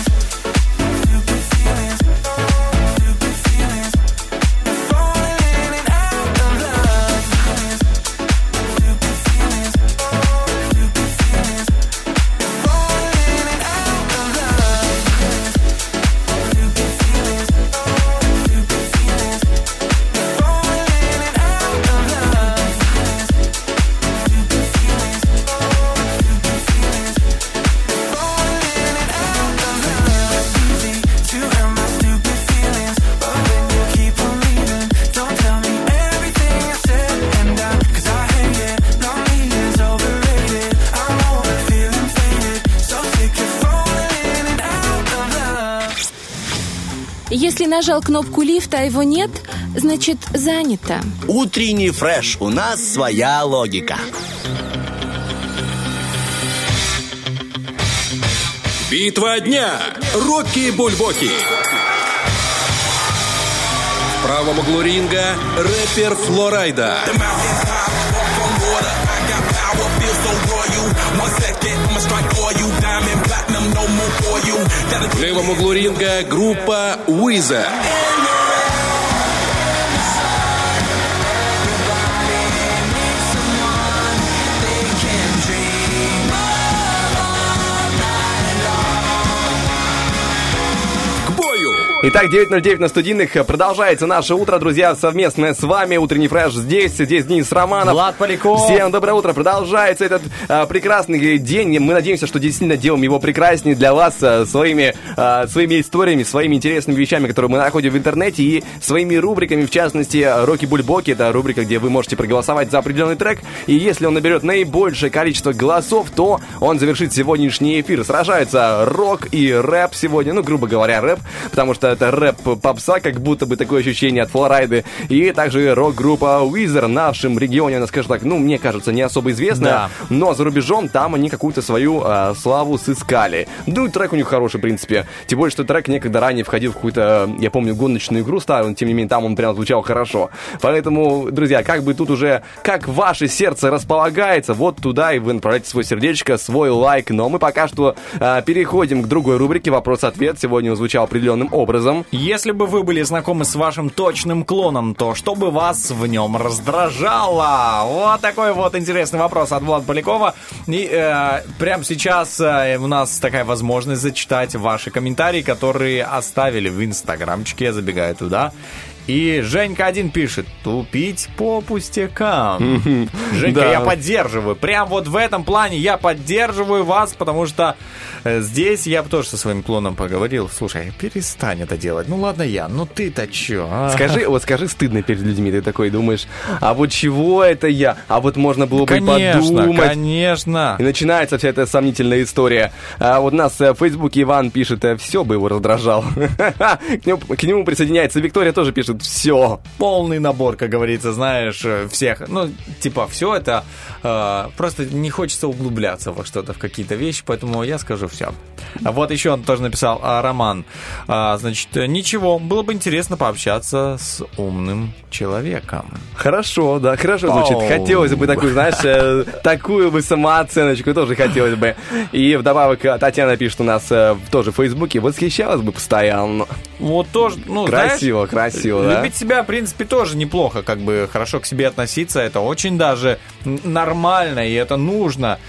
Stupid feelings, stupid feelings. Falling in and out of love. Stupid feelings, stupid feelings. Falling in and out of love. Stupid feelings, stupid feelings. Falling in and out of love. Если нажал кнопку лифта, а его нет, значит, занято. Утренний фреш. У нас своя логика. Битва дня. Рокки Бульбоки. В правом углу ринга рэпер Флорайда. В левом углу ринга группа Уиза. Итак, 9:09 на студийных. Продолжается наше утро, друзья, совместное с вами. Утренний фреш здесь Денис Романов. Влад Поляков. Всем доброе утро. Продолжается этот прекрасный день. Мы надеемся, что действительно делаем его прекраснее для вас своими историями, своими интересными вещами, которые мы находим в интернете, и своими рубриками, в частности, Рокки Бульбоки. Это рубрика, где вы можете проголосовать за определенный трек, и если он наберет наибольшее количество голосов, то он завершит сегодняшний эфир. Сражаются рок и рэп сегодня, ну, грубо говоря, рэп, потому что это рэп-попса, как будто бы такое ощущение от Флорайды. И также рок-группа Weezer в нашем регионе, она, скажем так, ну, мне кажется, не особо известная, да. Но за рубежом там они какую-то свою славу сыскали. Ну, и трек у них хороший, в принципе. Тем более, что трек некогда ранее входил в какую-то, я помню, гоночную игру старую, но тем не менее, там он прям звучал хорошо. Поэтому, друзья, как бы тут уже, как ваше сердце располагается, вот туда и вы направляете свое сердечко, свой лайк. Но мы пока что переходим к другой рубрике «Вопрос-ответ». Сегодня он звучал определенным образом. Если бы вы были знакомы с вашим точным клоном, то что бы вас в нем раздражало? Вот такой вот интересный вопрос от Влада Полякова. И прямо сейчас у нас такая возможность зачитать ваши комментарии, которые оставили в инстаграмчике. Я забегаю туда. И Женька один пишет: тупить по пустякам. Женька, Да. я поддерживаю. Прям вот в этом плане я поддерживаю вас, потому что здесь я бы тоже со своим клоном поговорил. Слушай, перестань это делать. Ну ладно я, ну ты-то чё? Скажи стыдно перед людьми, ты такой думаешь, а вот чего это я? А вот можно было бы Конечно, подумать. конечно. И начинается вся эта сомнительная история. А вот нас в Фейсбуке Иван пишет: все бы его раздражало. К нему присоединяется Виктория, тоже пишет: все. Полный набор, как говорится, знаешь, всех. Ну, типа, все это просто не хочется углубляться во что-то, в какие-то вещи, поэтому я скажу все. А вот еще он тоже написал Роман. Значит, ничего, было бы интересно пообщаться с умным человеком. Хорошо, да, хорошо звучит. Хотелось бы такую, знаешь, такую бы самооценочку тоже хотелось бы. И вдобавок Татьяна пишет у нас тоже в Фейсбуке: восхищалась бы постоянно. Вот тоже, ну, красиво, знаешь, красиво, да? любить себя, в принципе, тоже неплохо, как бы хорошо к себе относиться, это очень даже нормально, и это нужно.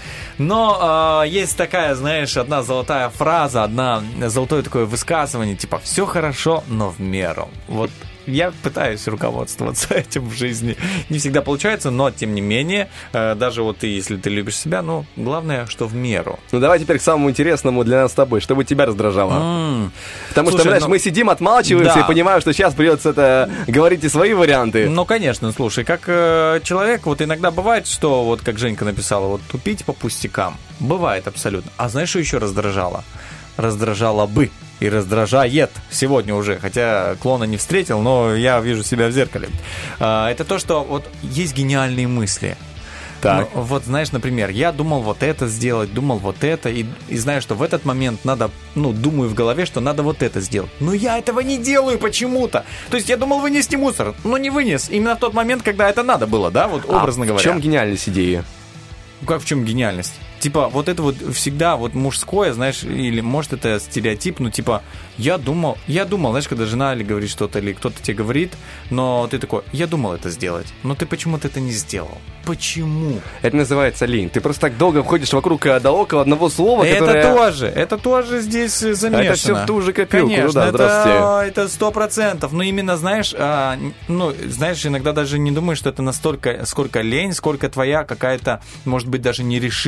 Но есть такая, знаешь, одна золотая фраза, золотое такое высказывание, типа, все хорошо, но в меру. Вот я пытаюсь руководствоваться этим в жизни. Не всегда получается, но тем не менее, даже вот ты, если ты любишь себя, ну, главное, что в меру. Ну, давай теперь к самому интересному для нас с тобой. Что бы тебя раздражало? Потому что, знаешь, мы сидим, отмалчиваемся, да. И понимаем, что сейчас придется это говорить и свои варианты. Ну, конечно, слушай, как человек, вот иногда бывает, что, вот как Женька написала, вот тупить по пустякам. Бывает абсолютно. А знаешь, что еще раздражало? Раздражало бы. И раздражает сегодня уже, хотя клона не встретил, но я вижу себя в зеркале. Это то, что вот есть гениальные мысли. Так. Ну, вот знаешь, например, я думал вот это сделать, думал вот это, и знаю, что в этот момент надо, ну, думаю в голове, что надо вот это сделать. Но я этого не делаю почему-то. То есть я думал вынести мусор, но не вынес. Именно в тот момент, когда это надо было, да, вот образно говоря. В чем гениальность идеи? Как в чем гениальность? Типа, вот это вот всегда вот мужское, знаешь, или может это стереотип, ну, типа, я думал, знаешь, когда жена или говорит что-то, или кто-то тебе говорит, но ты такой, я думал это сделать, но ты почему-то это не сделал. Почему? Это называется лень. Ты просто так долго ходишь вокруг да около одного слова, Это тоже здесь замешано. Это все в ту же копилку. Конечно, ну, да, здравствуйте. это 100%. Но именно, знаешь, знаешь, иногда даже не думаешь, что это настолько, сколько лень, сколько твоя какая-то, может быть, даже нерешительность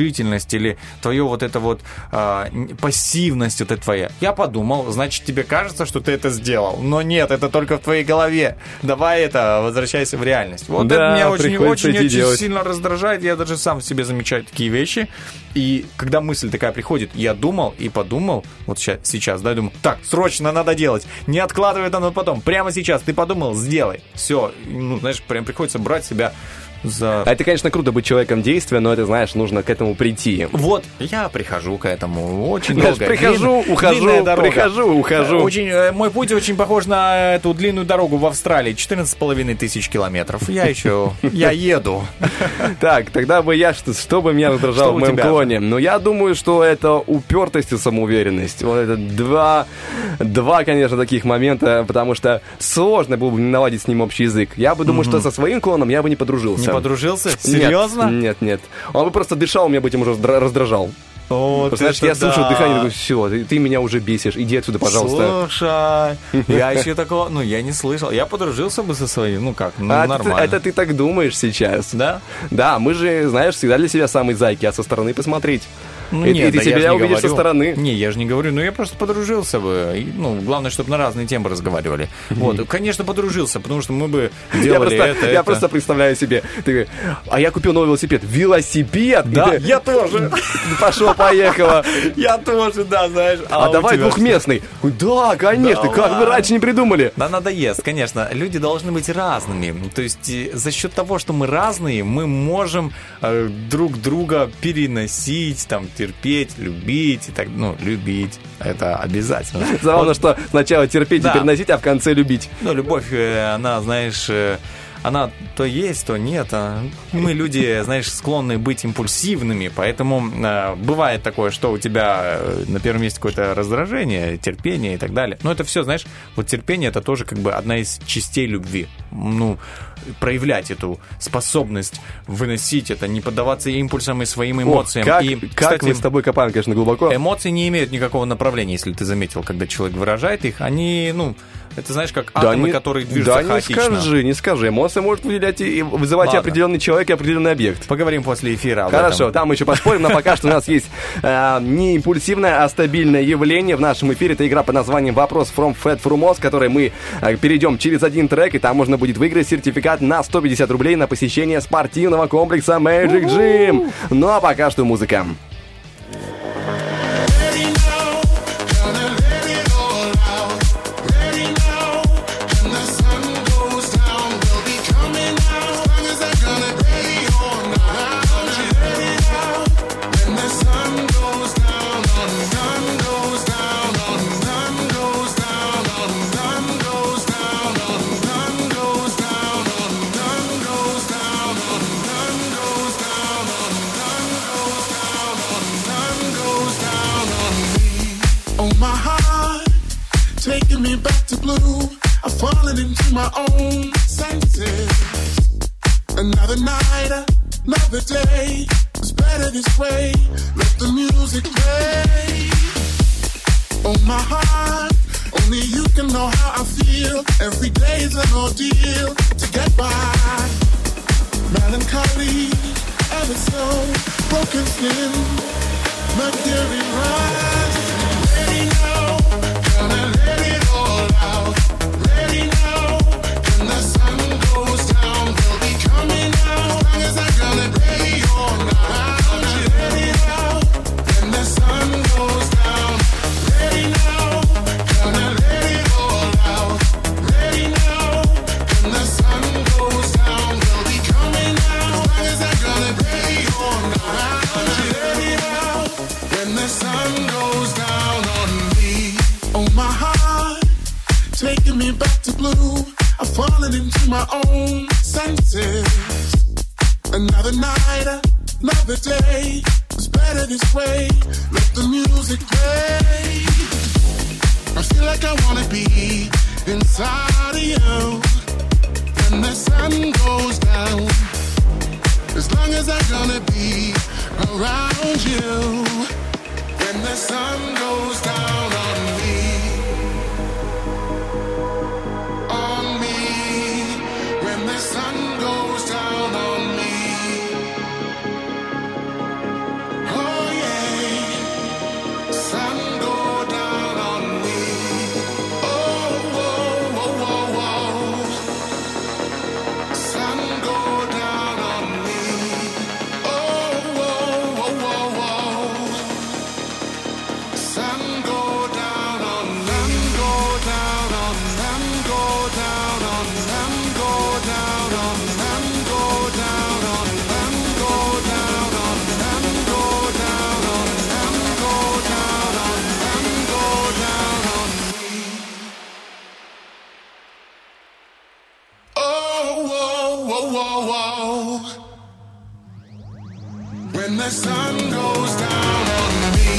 ленивость или твое вот это вот пассивность это твоя. Я подумал, значит, тебе кажется, что ты это сделал. Но нет, это только в твоей голове. Давай возвращайся в реальность. Вот да, это меня очень делать. сильно раздражает. Я даже сам в себе замечаю такие вещи. И когда мысль такая приходит, я думал и подумал, вот сейчас, да, думаю, так, срочно надо делать. Не откладывай это на потом. Прямо сейчас ты подумал, сделай. Все. Ну, знаешь, прям приходится брать себя за... Это, конечно, круто быть человеком действия, но это, знаешь, нужно к этому прийти. Вот, я прихожу к этому очень знаешь, долго. Прихожу, ухожу. Мой путь очень похож на эту длинную дорогу в Австралии, 14,5 тысяч километров. Я еду. Так, тогда бы что бы меня раздражало в моем клоне? Ну, я думаю, что это упертость и самоуверенность. Вот это два, конечно, таких момента, потому что сложно было бы наладить с ним общий язык. Я бы думаю, что со своим клоном я бы не подружился. Подружился? Серьезно? Нет. Он бы просто дышал, меня бы этим уже раздражал. Вот знаешь, я слушаю дыхание, такой, все, ты меня уже бесишь, иди отсюда, пожалуйста. Слушай, я еще такого, я не слышал. Я подружился бы со своим, нормально. Это ты так думаешь сейчас. Да? Да, мы же, знаешь, всегда для себя самые зайки, а со стороны посмотреть. И ты себя увидишь со стороны. Не, я же не говорю, я просто подружился бы. Главное, чтобы на разные темы разговаривали. Вот, конечно, подружился, потому что мы бы делали это. Я просто представляю себе, ты, а я купил новый велосипед. Велосипед? Да, я тоже. Пошло-поехало. Я тоже, да, знаешь. А давай двухместный. Да, конечно, как вы раньше не придумали. Да, надоест, конечно. Люди должны быть разными. То есть за счет того, что мы разные, мы можем друг друга переносить, терпеть, любить и так, любить, это обязательно. Забавно, что сначала терпеть и переносить, а в конце любить. Любовь, она, знаешь, она то есть, то нет. Мы люди, знаешь, склонны быть импульсивными, поэтому бывает такое, что у тебя на первом месте какое-то раздражение, терпение и так далее. Но это все, знаешь, вот терпение это тоже как бы одна из частей любви. Проявлять эту способность, выносить это, не поддаваться импульсам и своим эмоциям. Как мы с тобой копаем, конечно, глубоко. Эмоции не имеют никакого направления, если ты заметил, когда человек выражает их, они, это знаешь, как атомы, которые движутся хаотично. Не скажи. Эмоции может выделять и вызывать определенный человек и определенный объект. Поговорим после эфира об Хорошо, этом. там мы еще поспорим, но пока что у нас есть не импульсивное, а стабильное явление в нашем эфире. Это игра под названием «Вопрос from Fat Frumos», в которой мы перейдем через один трек, и там можно будет выиграть сертификат на 150 рублей на посещение спортивного комплекса Magic Gym. Ну а пока что музыка. Taking me back to blue, I've fallen into my own senses. Another night, another day, it's better this way. Let the music play. Oh my heart, only you can know how I feel. Every day is an ordeal to get by. Melancholy, ever so broken skin, mercury rise. Ready now, gonna let it all out. Ready now, when the sun goes down, they'll be coming out. As long as I'm gonna ready all night. Ready now, when the sun goes down. Ready now, gonna let it all out. Ready now, when the sun goes down, they'll be coming out. As long as I'm gonna ready all night. Ready now, when the sun goes down on me. Oh my heart, taking me back to blue. I've fallen into my own senses. Another night, another day. It's better this way. Let the music play. I feel like I wanna be inside of you when the sun goes down. As long as I'm gonna be around you when the sun goes down on me. On me. When the sun goes down on me. Oh. when the sun goes down on me.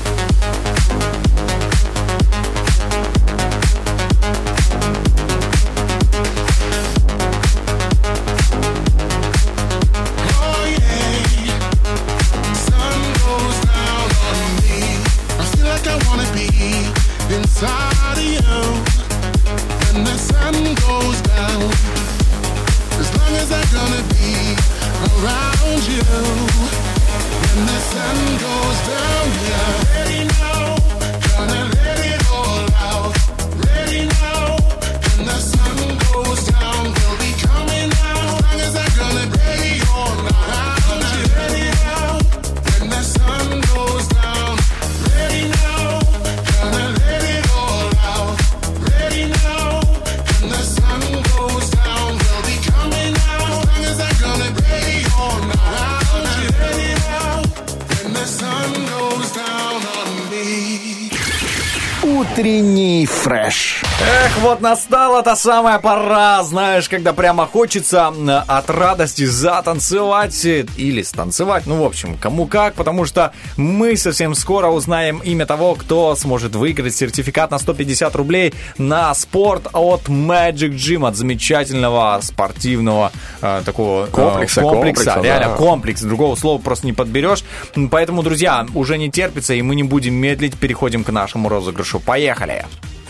Oh yeah, sun goes down on me. I feel like I wanna be inside of you when the sun goes down. As long as I'm gonna be around you when the sun goes down, yeah. Ready now, gonna let it all out. Ready now, when the sun goes down, we'll be coming out. As long as I'm gonna be all around you. Ready now, when the sun goes down. Ready now, gonna let it all out. Ready now, when the sun goes down, we'll be coming out. As long as I'm gonna be all around you. Ready now, when the sun goes down on me. Утренний фреш. Эх, вот настала та самая пора, знаешь, когда прямо хочется от радости затанцевать или станцевать, ну, в общем, кому как, потому что мы совсем скоро узнаем имя того, кто сможет выиграть сертификат на 150 рублей на спорт от Magic Gym, от замечательного спортивного такого комплекса. Реально, да. Комплекс, другого слова просто не подберешь. Поэтому, друзья, уже не терпится, и мы не будем медлить, переходим к нашему розыгрышу. Поехали!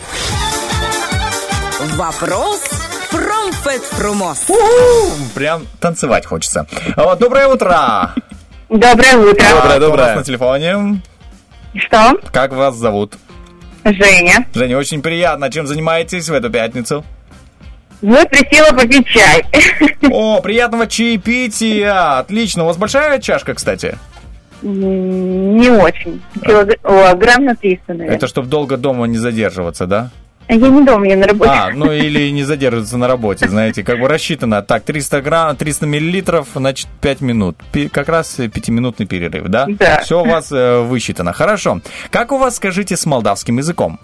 Вопрос Промфетпромос. Прям танцевать хочется. Доброе утро! Доброе утро. Кто у нас на телефоне? Что? Как вас зовут? Женя. Женя, очень приятно. Чем занимаетесь в эту пятницу? Вот присела попить чай. О, приятного чаепития. Отлично. У вас большая чашка, кстати? Не очень. Грамм на 300, наверное. Это чтобы долго дома не задерживаться, да? Я не дома, я на работе. Ну или не задерживаться на работе, знаете, как бы рассчитано. Так, 300 грамм, 300 миллилитров, значит, 5 минут. Как раз 5-минутный перерыв, да? Да. Все у вас высчитано. Хорошо. Как у вас, скажите, с молдавским языком?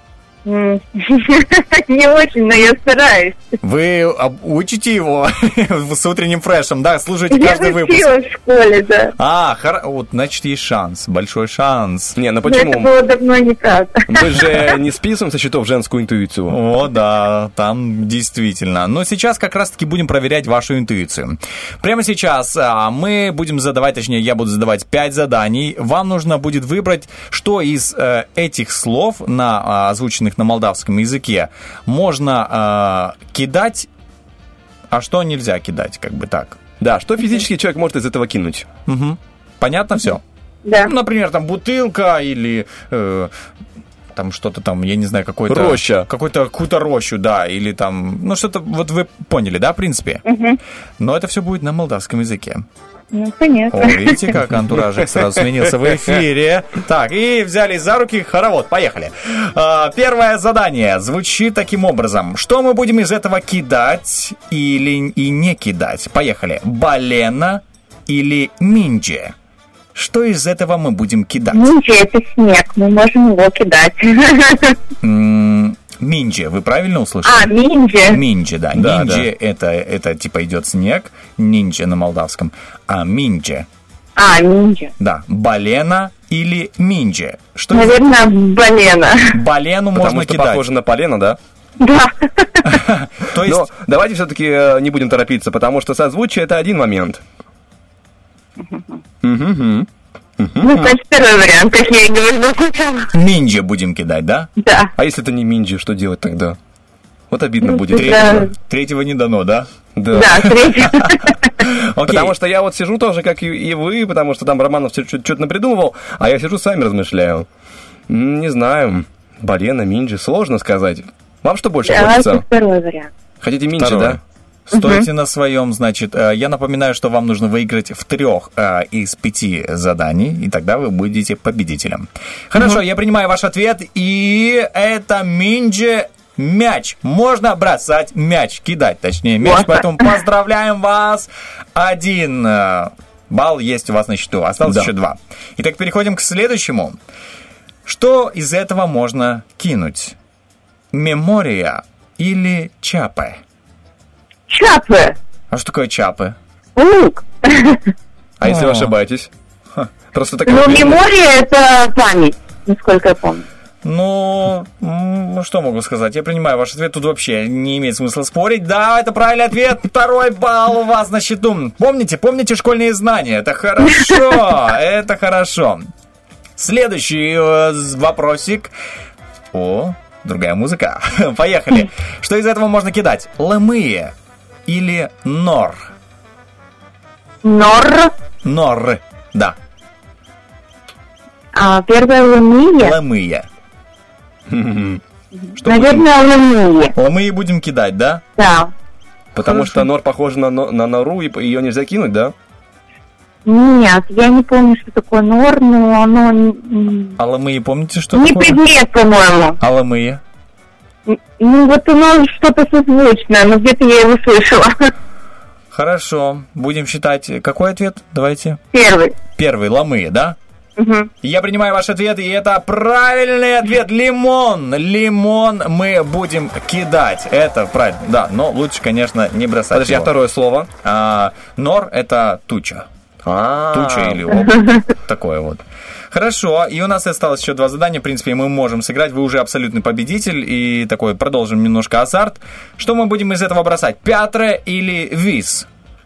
Не очень, но я стараюсь. Вы учите его с утренним фрешем, да? Слушайте каждый выпуск. Я учила в школе, да. Вот, значит, есть шанс, большой шанс. Не, ну почему? Но это было давно неправда. Мы же не списываем со счетов женскую интуицию. О, да, там действительно. Но сейчас как раз-таки будем проверять вашу интуицию. Прямо сейчас мы будем задавать, точнее, я буду задавать 5 заданий. Вам нужно будет выбрать, что из этих слов, озвученных на молдавском языке, можно кидать, а что нельзя кидать, как бы так. Да, что физически человек может из этого кинуть. Угу. Понятно все? Да. Ну, например, там бутылка или там что-то там, я не знаю, роща. Какую-то рощу, да, или там, ну, что-то, вот вы поняли, да, в принципе? Угу. Но это все будет на молдавском языке. Ну, понятно. О, видите, как антуражик сразу сменился в эфире. Так, и взялись за руки, хоровод, поехали. Первое задание звучит таким образом. Что мы будем из этого кидать или и не кидать? Поехали. Балена или минджи? Что из этого мы будем кидать? Минджи — это снег, мы можем его кидать. Минджи, вы правильно услышали? Минджи. Минджи, да. Да, Минджи это типа идет снег, нинджа на молдавском, а минджи. Минджи. Да, балена или минджи. Что наверное, балена. Балену можно что кидать. Похоже на полено, да? Да. То есть... Но давайте все-таки не будем торопиться, потому что созвучие — это один момент. Ну, значит, второй вариант, как я и говорила. Минджи будем кидать, да? Да. А если это не минджи, что делать тогда? Вот обидно будет. Третьего не дано, да? Да, третьего. Потому что я вот сижу тоже, как и вы, потому что там Романов что-то напридумывал, а я сижу, сами размышляю. Не знаю, балена, минджи, сложно сказать. Вам что больше хочется? Второй вариант. Хотите минджи, да? Стойте на своем, значит, я напоминаю, что вам нужно выиграть в 3 из 5 заданий, и тогда вы будете победителем. Хорошо, я принимаю ваш ответ, и это минджи мяч. Можно бросать мяч, кидать, точнее, мяч, поэтому поздравляем вас. 1 балл есть у вас на счету, осталось еще 2. Итак, переходим к следующему. Что из этого можно кинуть? Мемория или чапе? Чапы. А что такое чапы? Лук. А если вы ошибаетесь? Просто такая... Ну, мемория — это память, насколько я помню. Ну, что могу сказать? Я принимаю ваш ответ. Тут вообще не имеет смысла спорить. Да, это правильный ответ. 2 балл у вас на счету. Помните школьные знания. Это хорошо. Это хорошо. Следующий вопросик. О, другая музыка. Поехали. Что из этого можно кидать? Ламые или нор? Нор. Нор, да. А первое ламые? Ламые. Наверное, ламые. Ламые будем кидать, да? Да. Потому что нор похож на нору, и ее нельзя кинуть, да? Нет, я не помню, что такое нор, но оно... А ламые помните, что не такое? Не предмет, по-моему. А ламые? Ну, вот оно что-то созвучное, но где-то я его слышала. Хорошо, будем считать. Какой ответ? Давайте. Первый, ламые, да? Угу. Я принимаю ваш ответ, и это правильный ответ. Лимон мы будем кидать. Это правильно, да, но лучше, конечно, не бросать. Подожди, его. А второе слово? Нор — это туча. Туча или облако. Такое вот. Хорошо, и у нас осталось еще 2 задания. В принципе, мы можем сыграть. Вы уже абсолютный победитель. И такой, продолжим немножко азарт. Что мы будем из этого бросать? Пятре или виз?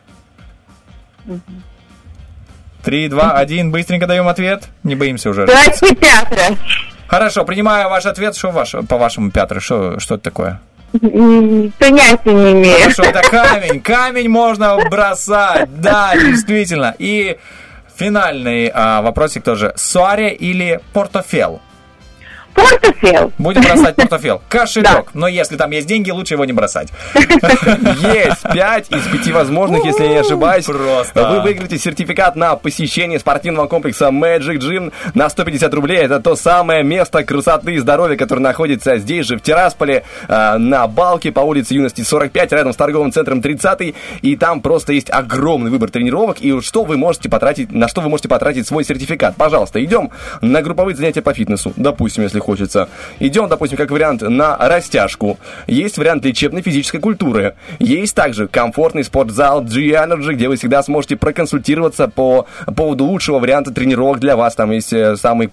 3, 2, 1. Быстренько даем ответ. Не боимся уже. Давайте Пятре. Хорошо, принимаю ваш ответ. Что по-вашему Пятре? Что это такое? Понятия не имею. Хорошо, это камень. Камень можно бросать. Да, действительно. И финальный вопросик тоже. Суаре или портофел? Портофел. Будем бросать портофел. Кошелек. Но если там есть деньги, лучше его не бросать. Есть 5 из 5 возможных, если я не ошибаюсь. Просто. Вы выиграете сертификат на посещение спортивного комплекса Magic Gym на 150 рублей. Это то самое место красоты и здоровья, которое находится здесь же, в Тирасполе, на Балке, по улице Юности 45, рядом с торговым центром 30. И там просто есть огромный выбор тренировок. И что вы можете потратить, на что вы можете потратить свой сертификат. Пожалуйста, идем на групповые занятия по фитнесу. Допустим, если хочется. Идем, допустим, как вариант на растяжку. Есть вариант лечебной физической культуры. Есть также комфортный спортзал G-Energy, где вы всегда сможете проконсультироваться по поводу лучшего варианта тренировок для вас. Там есть самые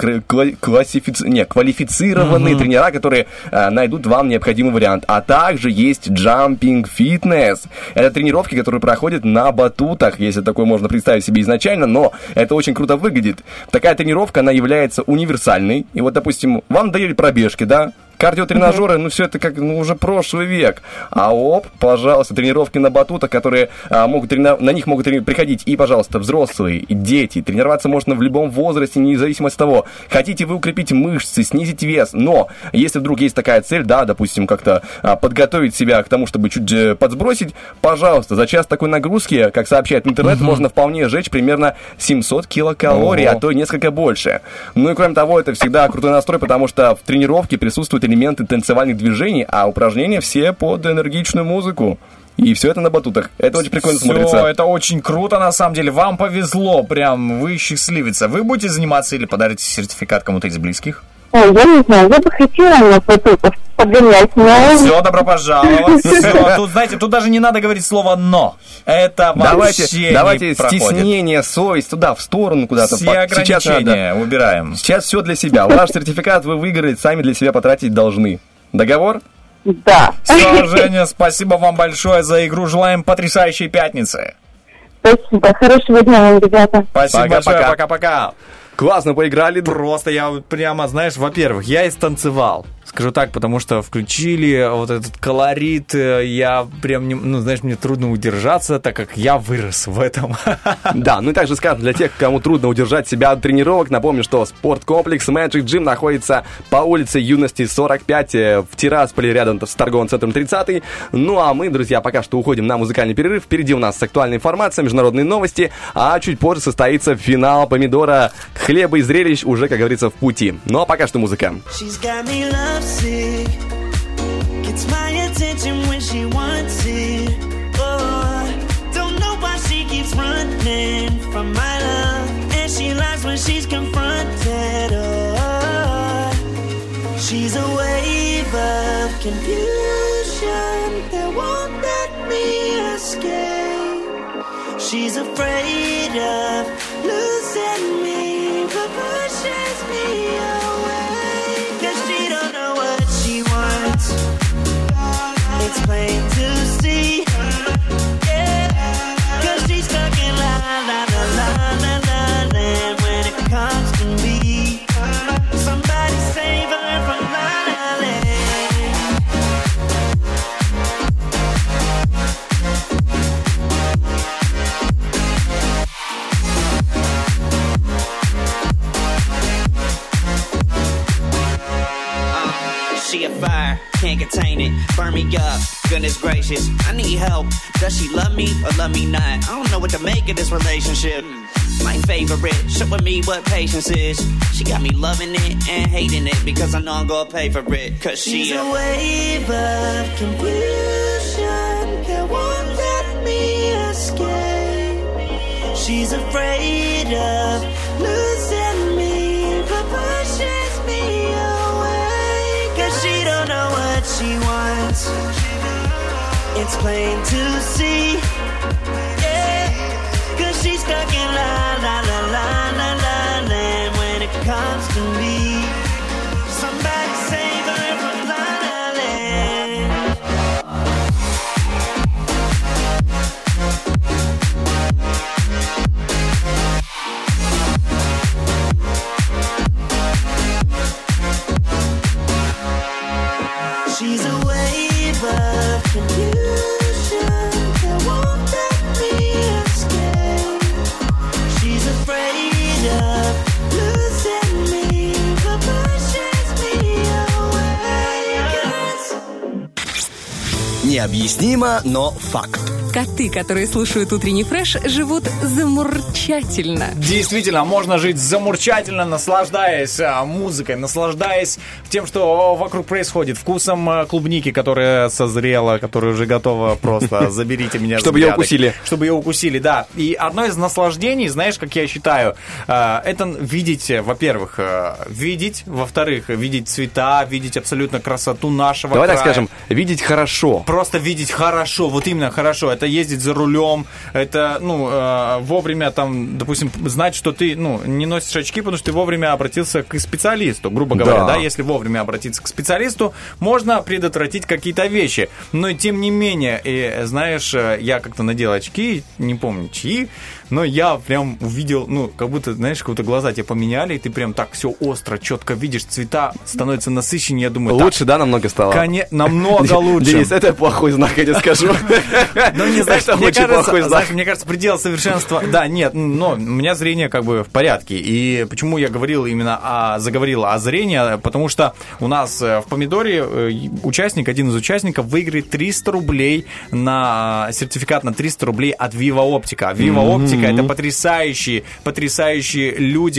квалифицированные тренера, которые найдут вам необходимый вариант. А также есть Jumping Fitness. Это тренировки, которые проходят на батутах, если такое можно представить себе изначально, но это очень круто выглядит. Такая тренировка, она является универсальной. И вот, допустим, вам дали пробежки, да? Кардиотренажеры, ну все это как уже прошлый век. А пожалуйста, тренировки на батутах, которые на них могут приходить и, пожалуйста, взрослые, и дети. Тренироваться можно в любом возрасте, независимо от того, хотите вы укрепить мышцы, снизить вес. Но если вдруг есть такая цель, да, допустим, как-то подготовить себя к тому, чтобы чуть подсбросить, пожалуйста, за час такой нагрузки, как сообщает интернет, можно вполне сжечь примерно 700 килокалорий, а то и несколько больше. Ну и кроме того, это всегда крутой настрой, потому что в тренировке присутствуют элементы танцевальных движений, а упражнения все под энергичную музыку. И все это на батутах. Это очень прикольно смотрится. Это очень круто, на самом деле. Вам повезло, прям вы счастливица. Вы будете заниматься или подарите сертификат кому-то из близких? Я не знаю, я бы хотела на батутах погонять, но... Все, добро пожаловать. Все, тут, знаете, тут даже не надо говорить слово «но». Это вообще Давайте не проходит. стеснение, совесть туда, в сторону кудата. Все ограничения убираем. Сейчас все для себя. Ваш сертификат вы выиграли, сами для себя потратить должны. Договор? Да. Все, Женя, спасибо вам большое за игру. Желаем потрясающей пятницы. Спасибо. Хорошего дня вам, ребята. Спасибо большое. Пока-пока. Классно поиграли. Просто я прямо, знаешь, во-первых, я и станцевал. Скажу так, потому что включили вот этот колорит, я прям, мне трудно удержаться, так как я вырос в этом. Да, ну и также скажем, для тех, кому трудно удержать себя от тренировок, напомню, что спорткомплекс Magic Gym находится по улице Юности 45 в Тирасполе, рядом с торговым центром 30. Ну а мы, друзья, пока что уходим на музыкальный перерыв. Впереди у нас актуальная информация, международные новости, а чуть позже состоится финал помидора, хлеба и зрелищ уже, как говорится, в пути. Ну а пока что музыка. Sick. Gets my attention when she wants it. Oh, don't know why she keeps running from my love, and she lies when she's confronted. Oh, she's a wave of confusion that won't let me escape. She's afraid of fire, can't contain it. Burn me up, goodness gracious. I need help. Does she love me or love me not? I don't know what to make of this relationship. My favorite, showing me what patience is. She got me loving it and hating it because I know I'm gonna pay for it. Cause she's a wave of confusion that won't let me escape. She's afraid of losing me, but pushes me away. Cause she don't know what she wants. It's plain to see. She's stuck in la la la la la la land when it comes to me. Somebody save her from la la land. She's a wave of confusion that won't let me escape. She's afraid of losing me, but pushes me away. Необъяснимо, но факт. Коты, которые слушают утренний фреш, живут замурчательно. Действительно, можно жить замурчательно, наслаждаясь музыкой, наслаждаясь тем, что вокруг происходит, вкусом клубники, которая созрела, которая уже готова, просто заберите меня. Чтобы ее укусили. Чтобы ее укусили, да. И одно из наслаждений, знаешь, как я считаю, это видеть, во-первых, во-вторых, видеть цвета, видеть абсолютно красоту нашего края. Давай так скажем, видеть хорошо. Просто видеть хорошо, вот именно хорошо. Это ездить за рулем, это, вовремя там, допустим, знать, что ты, не носишь очки, потому что ты вовремя обратился к специалисту, грубо говоря, да, если вовремя обратиться к специалисту, можно предотвратить какие-то вещи. Но и тем не менее, знаешь, я как-то надел очки, не помню чьи, но я прям увидел, как будто, знаешь, как будто глаза тебе поменяли, и ты прям так все остро, четко видишь, цвета становятся насыщеннее, я думаю... Лучше, да, намного стало? Намного лучше. Денис, это плохой знак, я тебе скажу. Не знаю, мне кажется, предел совершенства... Да, нет, но у меня зрение как бы в порядке. И почему я говорил заговорил о зрении? Потому что у нас в Помидоре один из участников выиграет 300 рублей на сертификат на 300 рублей от Viva Optica. Viva Optica — это потрясающие люди,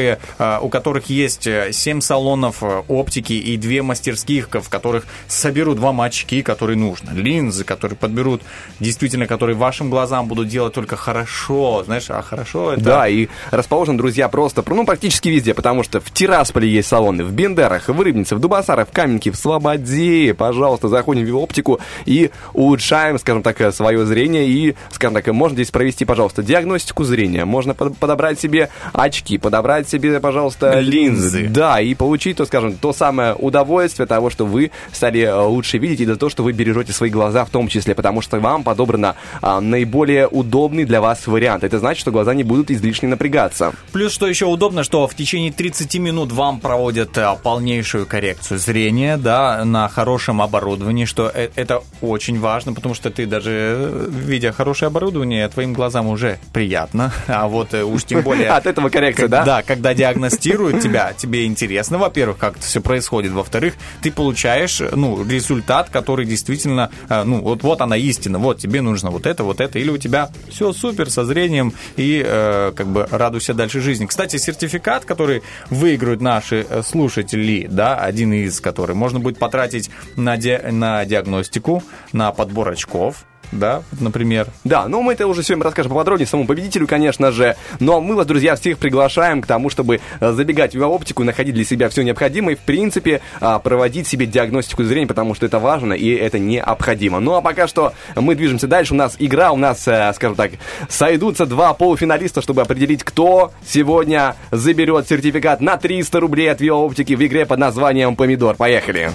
у которых есть 7 салонов оптики и 2 мастерских, в которых соберут вам очки, которые нужны, линзы, которые подберут действительно, которые вашим глазам будут делать только хорошо, знаешь, а хорошо это... Да, и расположены, друзья, просто, практически везде, потому что в Тирасполе есть салоны, в Бендерах, в Рыбнице, в Дубасарах, в Каменке, в Слободе. Пожалуйста, заходим в Viva Optica и улучшаем, скажем так, свое зрение и, скажем так, можно здесь провести, пожалуйста, диагностику зрения, можно подобрать себе очки, подобрать себе, пожалуйста, линзы. Да, и получить, то самое удовольствие того, что вы стали лучше видеть, и за то, что вы бережете свои глаза в том числе, потому что вам подобрано наиболее удобный для вас вариант. Это значит, что глаза не будут излишне напрягаться. Плюс, что еще удобно, что в течение 30 минут вам проводят полнейшую коррекцию зрения, да, на хорошем оборудовании, что это очень важно, потому что ты даже, видя хорошее оборудование, твоим глазам уже приятно, а вот уж тем более... От этого коррекция, да? Да, когда диагностируют тебя, тебе интересно, во-первых, как это все происходит, во-вторых, ты получаешь, результат, который действительно, вот она истина, вот тебе нужно вот это, или у тебя все супер со зрением и радуйся дальше жизни. Кстати, сертификат, который выиграют наши слушатели, да, один из которых можно будет потратить на диагностику, на подбор очков, да, например. Да, мы это уже сегодня расскажем поподробнее самому победителю, конечно же. Но мы вас, друзья, всех приглашаем к тому, чтобы забегать в Viva Optica и находить для себя все необходимое и, в принципе, проводить себе диагностику зрения, потому что это важно и это необходимо. Ну, а пока что мы движемся дальше. У нас игра, скажем так, сойдутся 2 полуфиналиста, чтобы определить, кто сегодня заберет сертификат на 300 рублей от Viva Optica в игре под названием «Помидор». Поехали!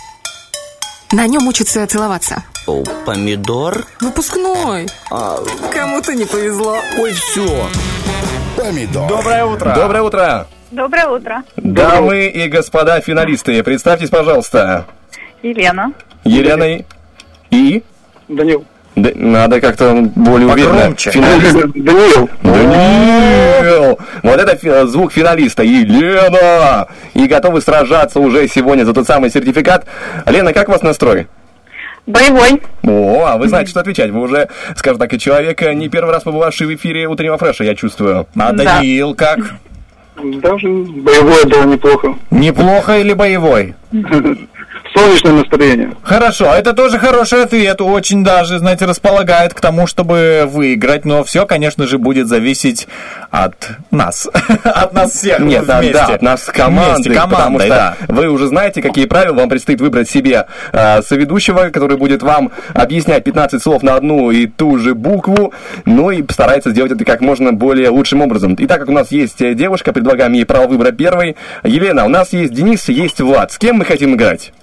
На нем учатся целоваться. Помидор? Выпускной. Кому-то не повезло. Ой, все. Помидор. Доброе утро. Доброе утро. Доброе утро. Дамы и господа финалисты, представьтесь, пожалуйста. Елена. Елена и... Данил. Надо как-то более уверенно. Погромче. Финалист. Данил. Вот это звук финалиста. Елена! И готовы сражаться уже сегодня за тот самый сертификат. Лена, как у вас настрой? Боевой. О, а вы знаете, что отвечать. Вы уже, скажем так, и человек, не первый раз побывавший в эфире утреннего фреша, я чувствую. А Даниил как? Даже боевой было неплохо. Неплохо или боевой? Солнечное настроение. Хорошо, это тоже хороший ответ, очень даже, знаете, располагает к тому, чтобы выиграть, но все, конечно же, будет зависеть от нас, от нас всех. Нет, вместе. Да, от нас команды, потому что да. Вы уже знаете, какие правила, вам предстоит выбрать себе соведущего, который будет вам объяснять 15 слов на одну и ту же букву, ну и постарается сделать это как можно более лучшим образом. И так как у нас есть девушка, предлагаем ей право выбора первой. Елена, у нас есть Денис, есть Влад. С кем мы хотим играть?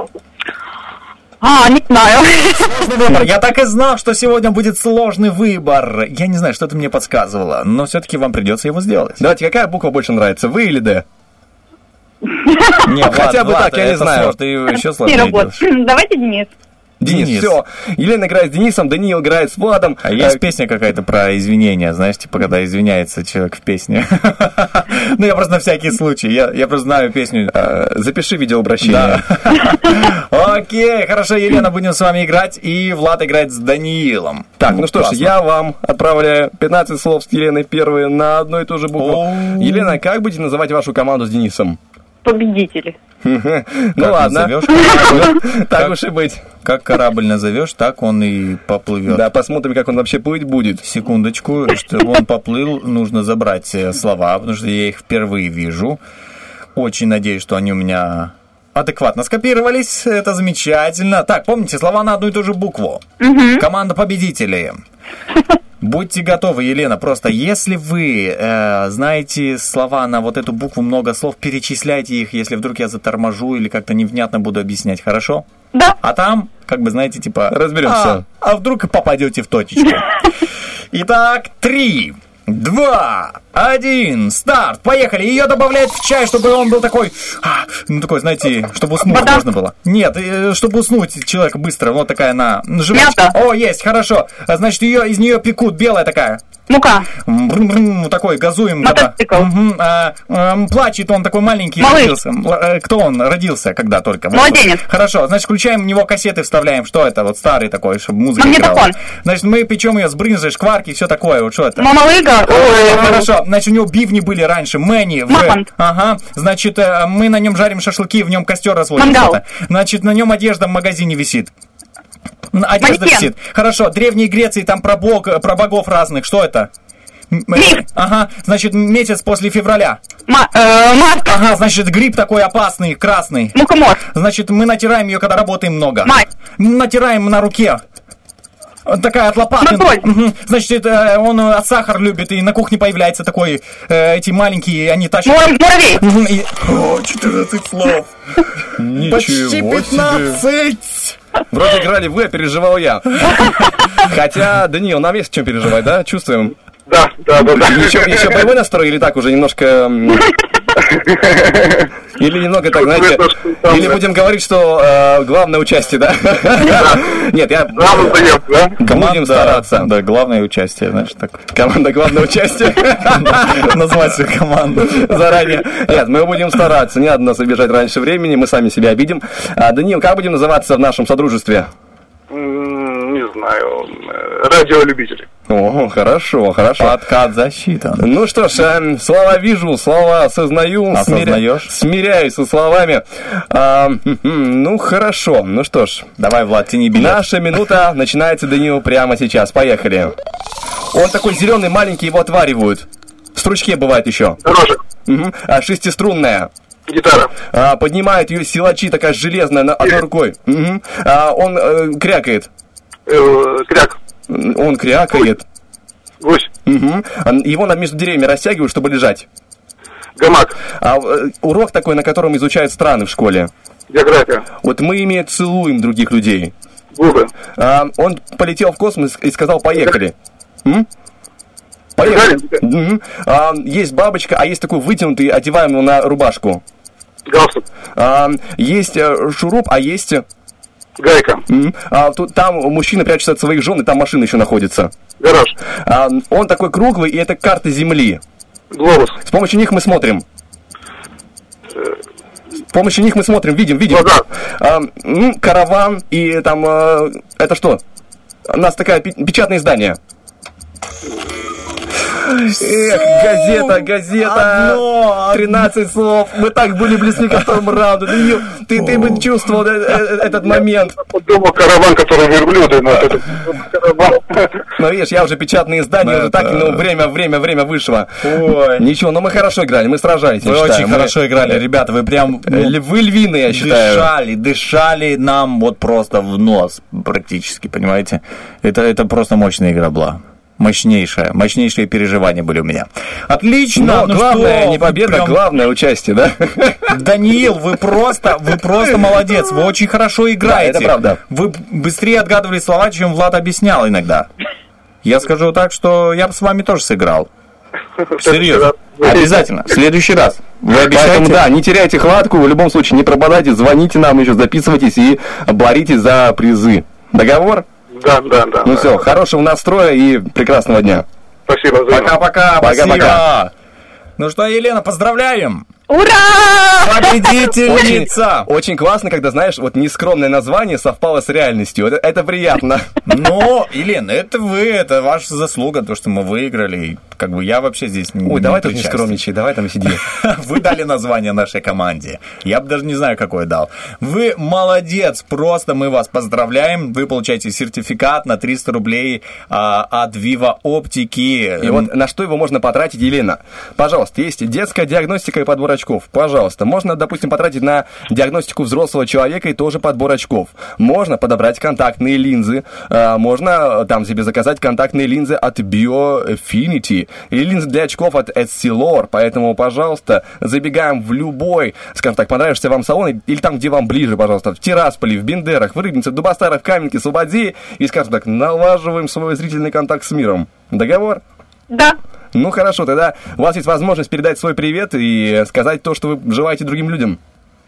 Не знаю. Сложный выбор. Я так и знал, что сегодня будет сложный выбор. Я не знаю, что-то мне подсказывало, но все-таки вам придется его сделать. Давайте, какая буква больше нравится, вы или Д? Нет, хотя бы так, я не знаю. Ты еще сложнее идешь. Давайте Денис. Денис, все. Елена играет с Денисом, Даниил играет с Владом. А есть песня какая-то про извинения, знаешь, типа, когда извиняется человек в песне. Ну, я просто на всякий случай, я просто знаю песню. Запиши видеообращение. Окей, хорошо, Елена, будем с вами играть, и Влад играет с Даниилом. Так, ну что ж, я вам отправляю 15 слов с Еленой первые на одну и ту же букву. Елена, как будете называть вашу команду с Денисом? Победители. Ну ладно, так уж и быть. Как корабль назовешь, так он и поплывет. Да, посмотрим, как он вообще плыть будет. Секундочку, чтобы он поплыл, нужно забрать слова, потому что я их впервые вижу. Очень надеюсь, что они у меня адекватно скопировались. Это замечательно. Так, помните, слова на одну и ту же букву. Команда победителей. Будьте готовы, Елена, просто если вы знаете слова на вот эту букву, много слов, перечисляйте их, если вдруг я заторможу или как-то невнятно буду объяснять, хорошо? Да. А там, как бы, знаете, типа... Разберемся. А вдруг и попадете в точечку. Итак, 3, 2, 1, старт, поехали. Ее добавляют в чай, чтобы он был такой, ну такой, знаете, чтобы уснуть можно было. Нет, чтобы уснуть человека быстро, вот такая она, жвачка. О, есть, хорошо. Значит, из нее пекут, белая такая. Мука. Такой, газуем. Мотоцикл. Плачет он такой маленький. Малыш. Родился. Кто он? Родился когда только? Младенец. Хорошо, значит, включаем в него кассеты, вставляем. Что это? Вот старый такой, чтобы музыка магнитофон. играла. Значит, мы печем ее с брынзой, шкварки, все такое. Вот что это? Мамалыга. Хорошо, значит, у него бивни были раньше. Мэнни. Мамонт. Ага. Значит, мы на нем жарим шашлыки, в нем костер разводим. Мангал. Значит, на нем одежда в магазине висит. Одежда висит. Хорошо, Древней Греции, там про богов разных. Что это? Ага, значит, месяц после февраля. Март. Ага, значит, гриб такой опасный, красный. Мухомор. Значит, мы натираем ее, когда работаем много. Май. Натираем на руке. Такая от лопаты. Угу. Значит, он сахар любит, и на кухне появляется такой, эти маленькие, они тащат... Муравей. О, 14 слов. Почти 15. Вроде играли вы, а переживал я. Хотя, Даниил, нам есть о чем переживать, да? Чувствуем? Да. Еще боевой настрой или так уже немножко... Или немного так, знаете... Или будем говорить, что главное участие, да? Нет, я... Будем стараться. Да, главное участие, знаешь, так. Команда главное участие. Назвать свою команду заранее. Нет, мы будем стараться. Не надо нас обижать раньше времени, мы сами себя обидим. Даниил, как будем называться в нашем содружестве? Не знаю. Радиолюбители. О, хорошо. Подкат засчитан. Ну что ж, слова вижу, слова осознаю. Осознаешь? Смиряюсь со словами. Ну, хорошо. Ну что ж. Давай, Влад, тяни билет. Наша минута начинается, Даниил, прямо сейчас. Поехали. Он такой зеленый, маленький, его отваривают. В стручке бывает еще. Рожек. Шестиструнная. Гитара. Поднимает ее силачи, такая железная, одной рукой. Он крякает. Кряк. Он крякает. Гусь. Его между деревьями растягивают, чтобы лежать. Гамак. Урок такой, на котором изучают страны в школе. География. Вот мы ими целуем других людей. Губы. Он полетел в космос и сказал: поехали. Поехали. Есть бабочка, а есть такой вытянутый, одеваем его на рубашку. Галстук. Есть шуруп, а есть... Гайка. Там мужчина прячется от своих жен, и там машина еще находится. Гараж. Он такой круглый, и это карта Земли. Глобус. С помощью них мы смотрим. С помощью них мы смотрим, видим. Караван и там... это что? У нас такое печатное издание. Эх, газета. 13 слов. Мы так были близки к второму раунду. Ты бы чувствовал этот момент. Думал, караван, который верблюды, но это караван. Ну, видишь, я уже пятное издание, уже так, время вышло. Ой. Ничего, но мы хорошо играли, мы сражались. Вы очень хорошо играли, ребята, вы прям... Вы львины, я считаю. Дышали нам вот просто в нос практически, понимаете? Это просто мощная игра была. Мощнейшие переживания были у меня. Отлично. Но главное не победа, главное участие, да? Даниил, вы просто молодец. Вы очень хорошо играете. Да, это правда. Вы быстрее отгадывали слова, чем Влад объяснял иногда. Я скажу так, что я бы с вами тоже сыграл. Серьезно. Обязательно. В следующий раз. Вы обещаете? Поэтому, да, не теряйте хватку, в любом случае не пропадайте, звоните нам еще, записывайтесь и боритесь за призы. Договор? Да. Ну все, хорошего настроя и прекрасного дня. Спасибо. Пока-пока. Спасибо. Ну что, Елена, поздравляем! Ура! Победительница! Очень классно, когда, знаешь, вот нескромное название совпало с реальностью. Это приятно. Ну, Елена, это ваша заслуга, то, что мы выиграли. Как бы я вообще здесь не... Ой, давай тоже не скромничай, давай там сиди. Вы дали название нашей команде. Я бы даже не знаю, какое дал. Вы молодец, просто мы вас поздравляем. Вы получаете сертификат на 300 рублей от Viva Оптики. И вот на что его можно потратить, Елена? Пожалуйста, есть детская диагностика и подбор очков. Пожалуйста. Можно, допустим, потратить на диагностику взрослого человека и тоже подбор очков. Можно подобрать контактные линзы. Можно там себе заказать контактные линзы от Biofinity или линзы для очков от Essilor. Поэтому, пожалуйста, забегаем в любой, скажем так, понравившийся вам салон или там, где вам ближе, пожалуйста, в Тирасполе, в Бендерах, в Рыбнице, в Дубостарах, в Каменке, в Слободе и, скажем так, налаживаем свой зрительный контакт с миром. Договор? Да. Ну хорошо, тогда у вас есть возможность передать свой привет и сказать то, что вы желаете другим людям.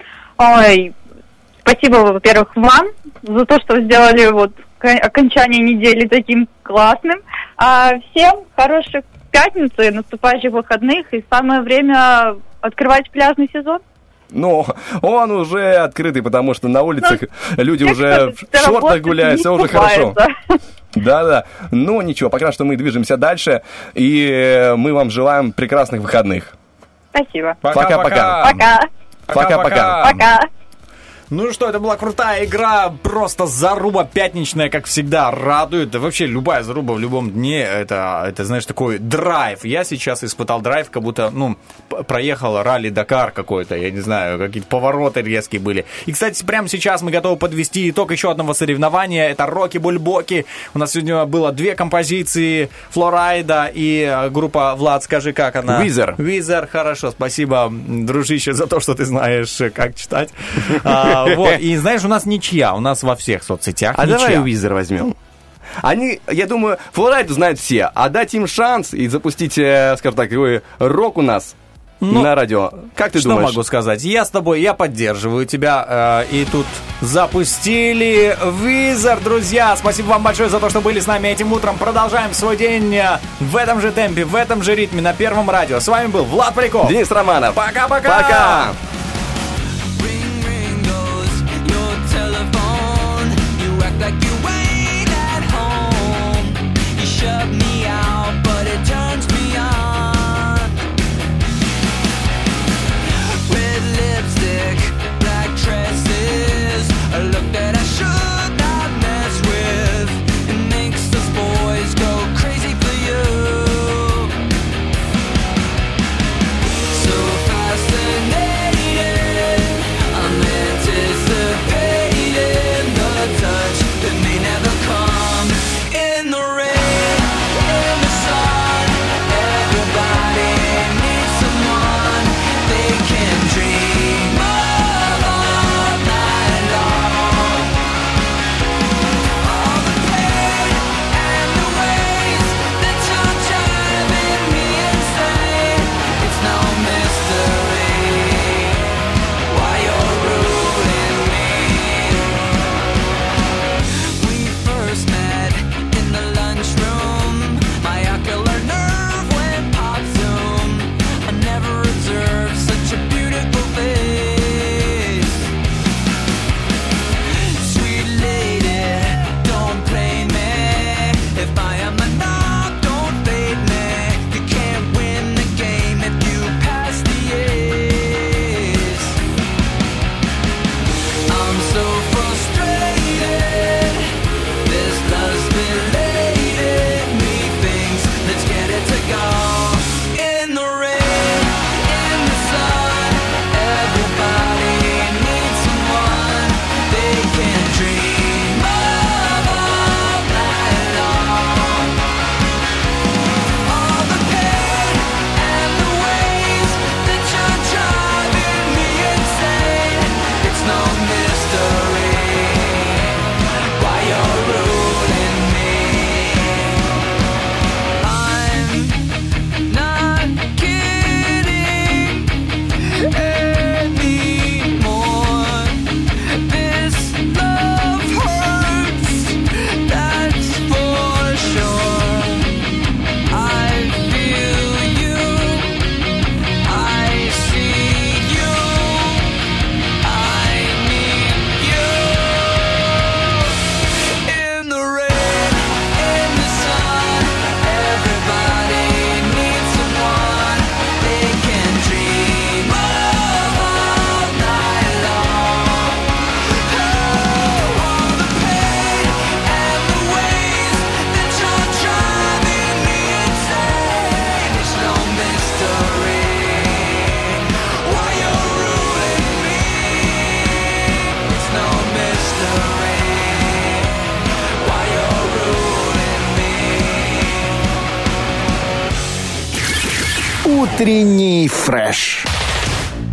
Ой, спасибо, во-первых, вам за то, что сделали вот окончание недели таким классным. Всем хороших пятниц и наступающих выходных. И самое время открывать пляжный сезон. Ну, он уже открытый, потому что на улицах люди уже в шортах гуляют, все уже хорошо. Да. Ну, ничего, пока что мы движемся дальше, и мы вам желаем прекрасных выходных. Спасибо. Пока-пока. Пока. Ну что, это была крутая игра, просто заруба пятничная, как всегда, радует. Да вообще любая заруба в любом дне, это знаешь, такой драйв. Я сейчас испытал драйв, как будто, проехал ралли-Дакар какой-то, я не знаю, какие-то повороты резкие были. И, кстати, прямо сейчас мы готовы подвести итог еще одного соревнования, это Роки Бульбоки. У нас сегодня было 2 композиции, Флорайда и группа, Влад, скажи, как она? Визер, хорошо, спасибо, дружище, за то, что ты знаешь, как читать. Вот, и знаешь, у нас ничья, у нас во всех соцсетях ничья. Давай Уизер возьмем. Они, я думаю, Флорайду знают все, а дать им шанс и запустить, скажем так, такой рок у нас на радио. Как ты думаешь? Что могу сказать? Я с тобой, я поддерживаю тебя. И тут запустили Визер, друзья. Спасибо вам большое за то, что были с нами этим утром. Продолжаем свой день в этом же темпе, в этом же ритме на Первом радио. С вами был Влад Поляков. Денис Романов. Пока-пока. Пока. Like you ain't at home. You shut me out, but it turns me on. Red lipstick, black dresses, a look that I should not mess with. It makes us boys go crazy for you. So fascinating. Утренний фреш.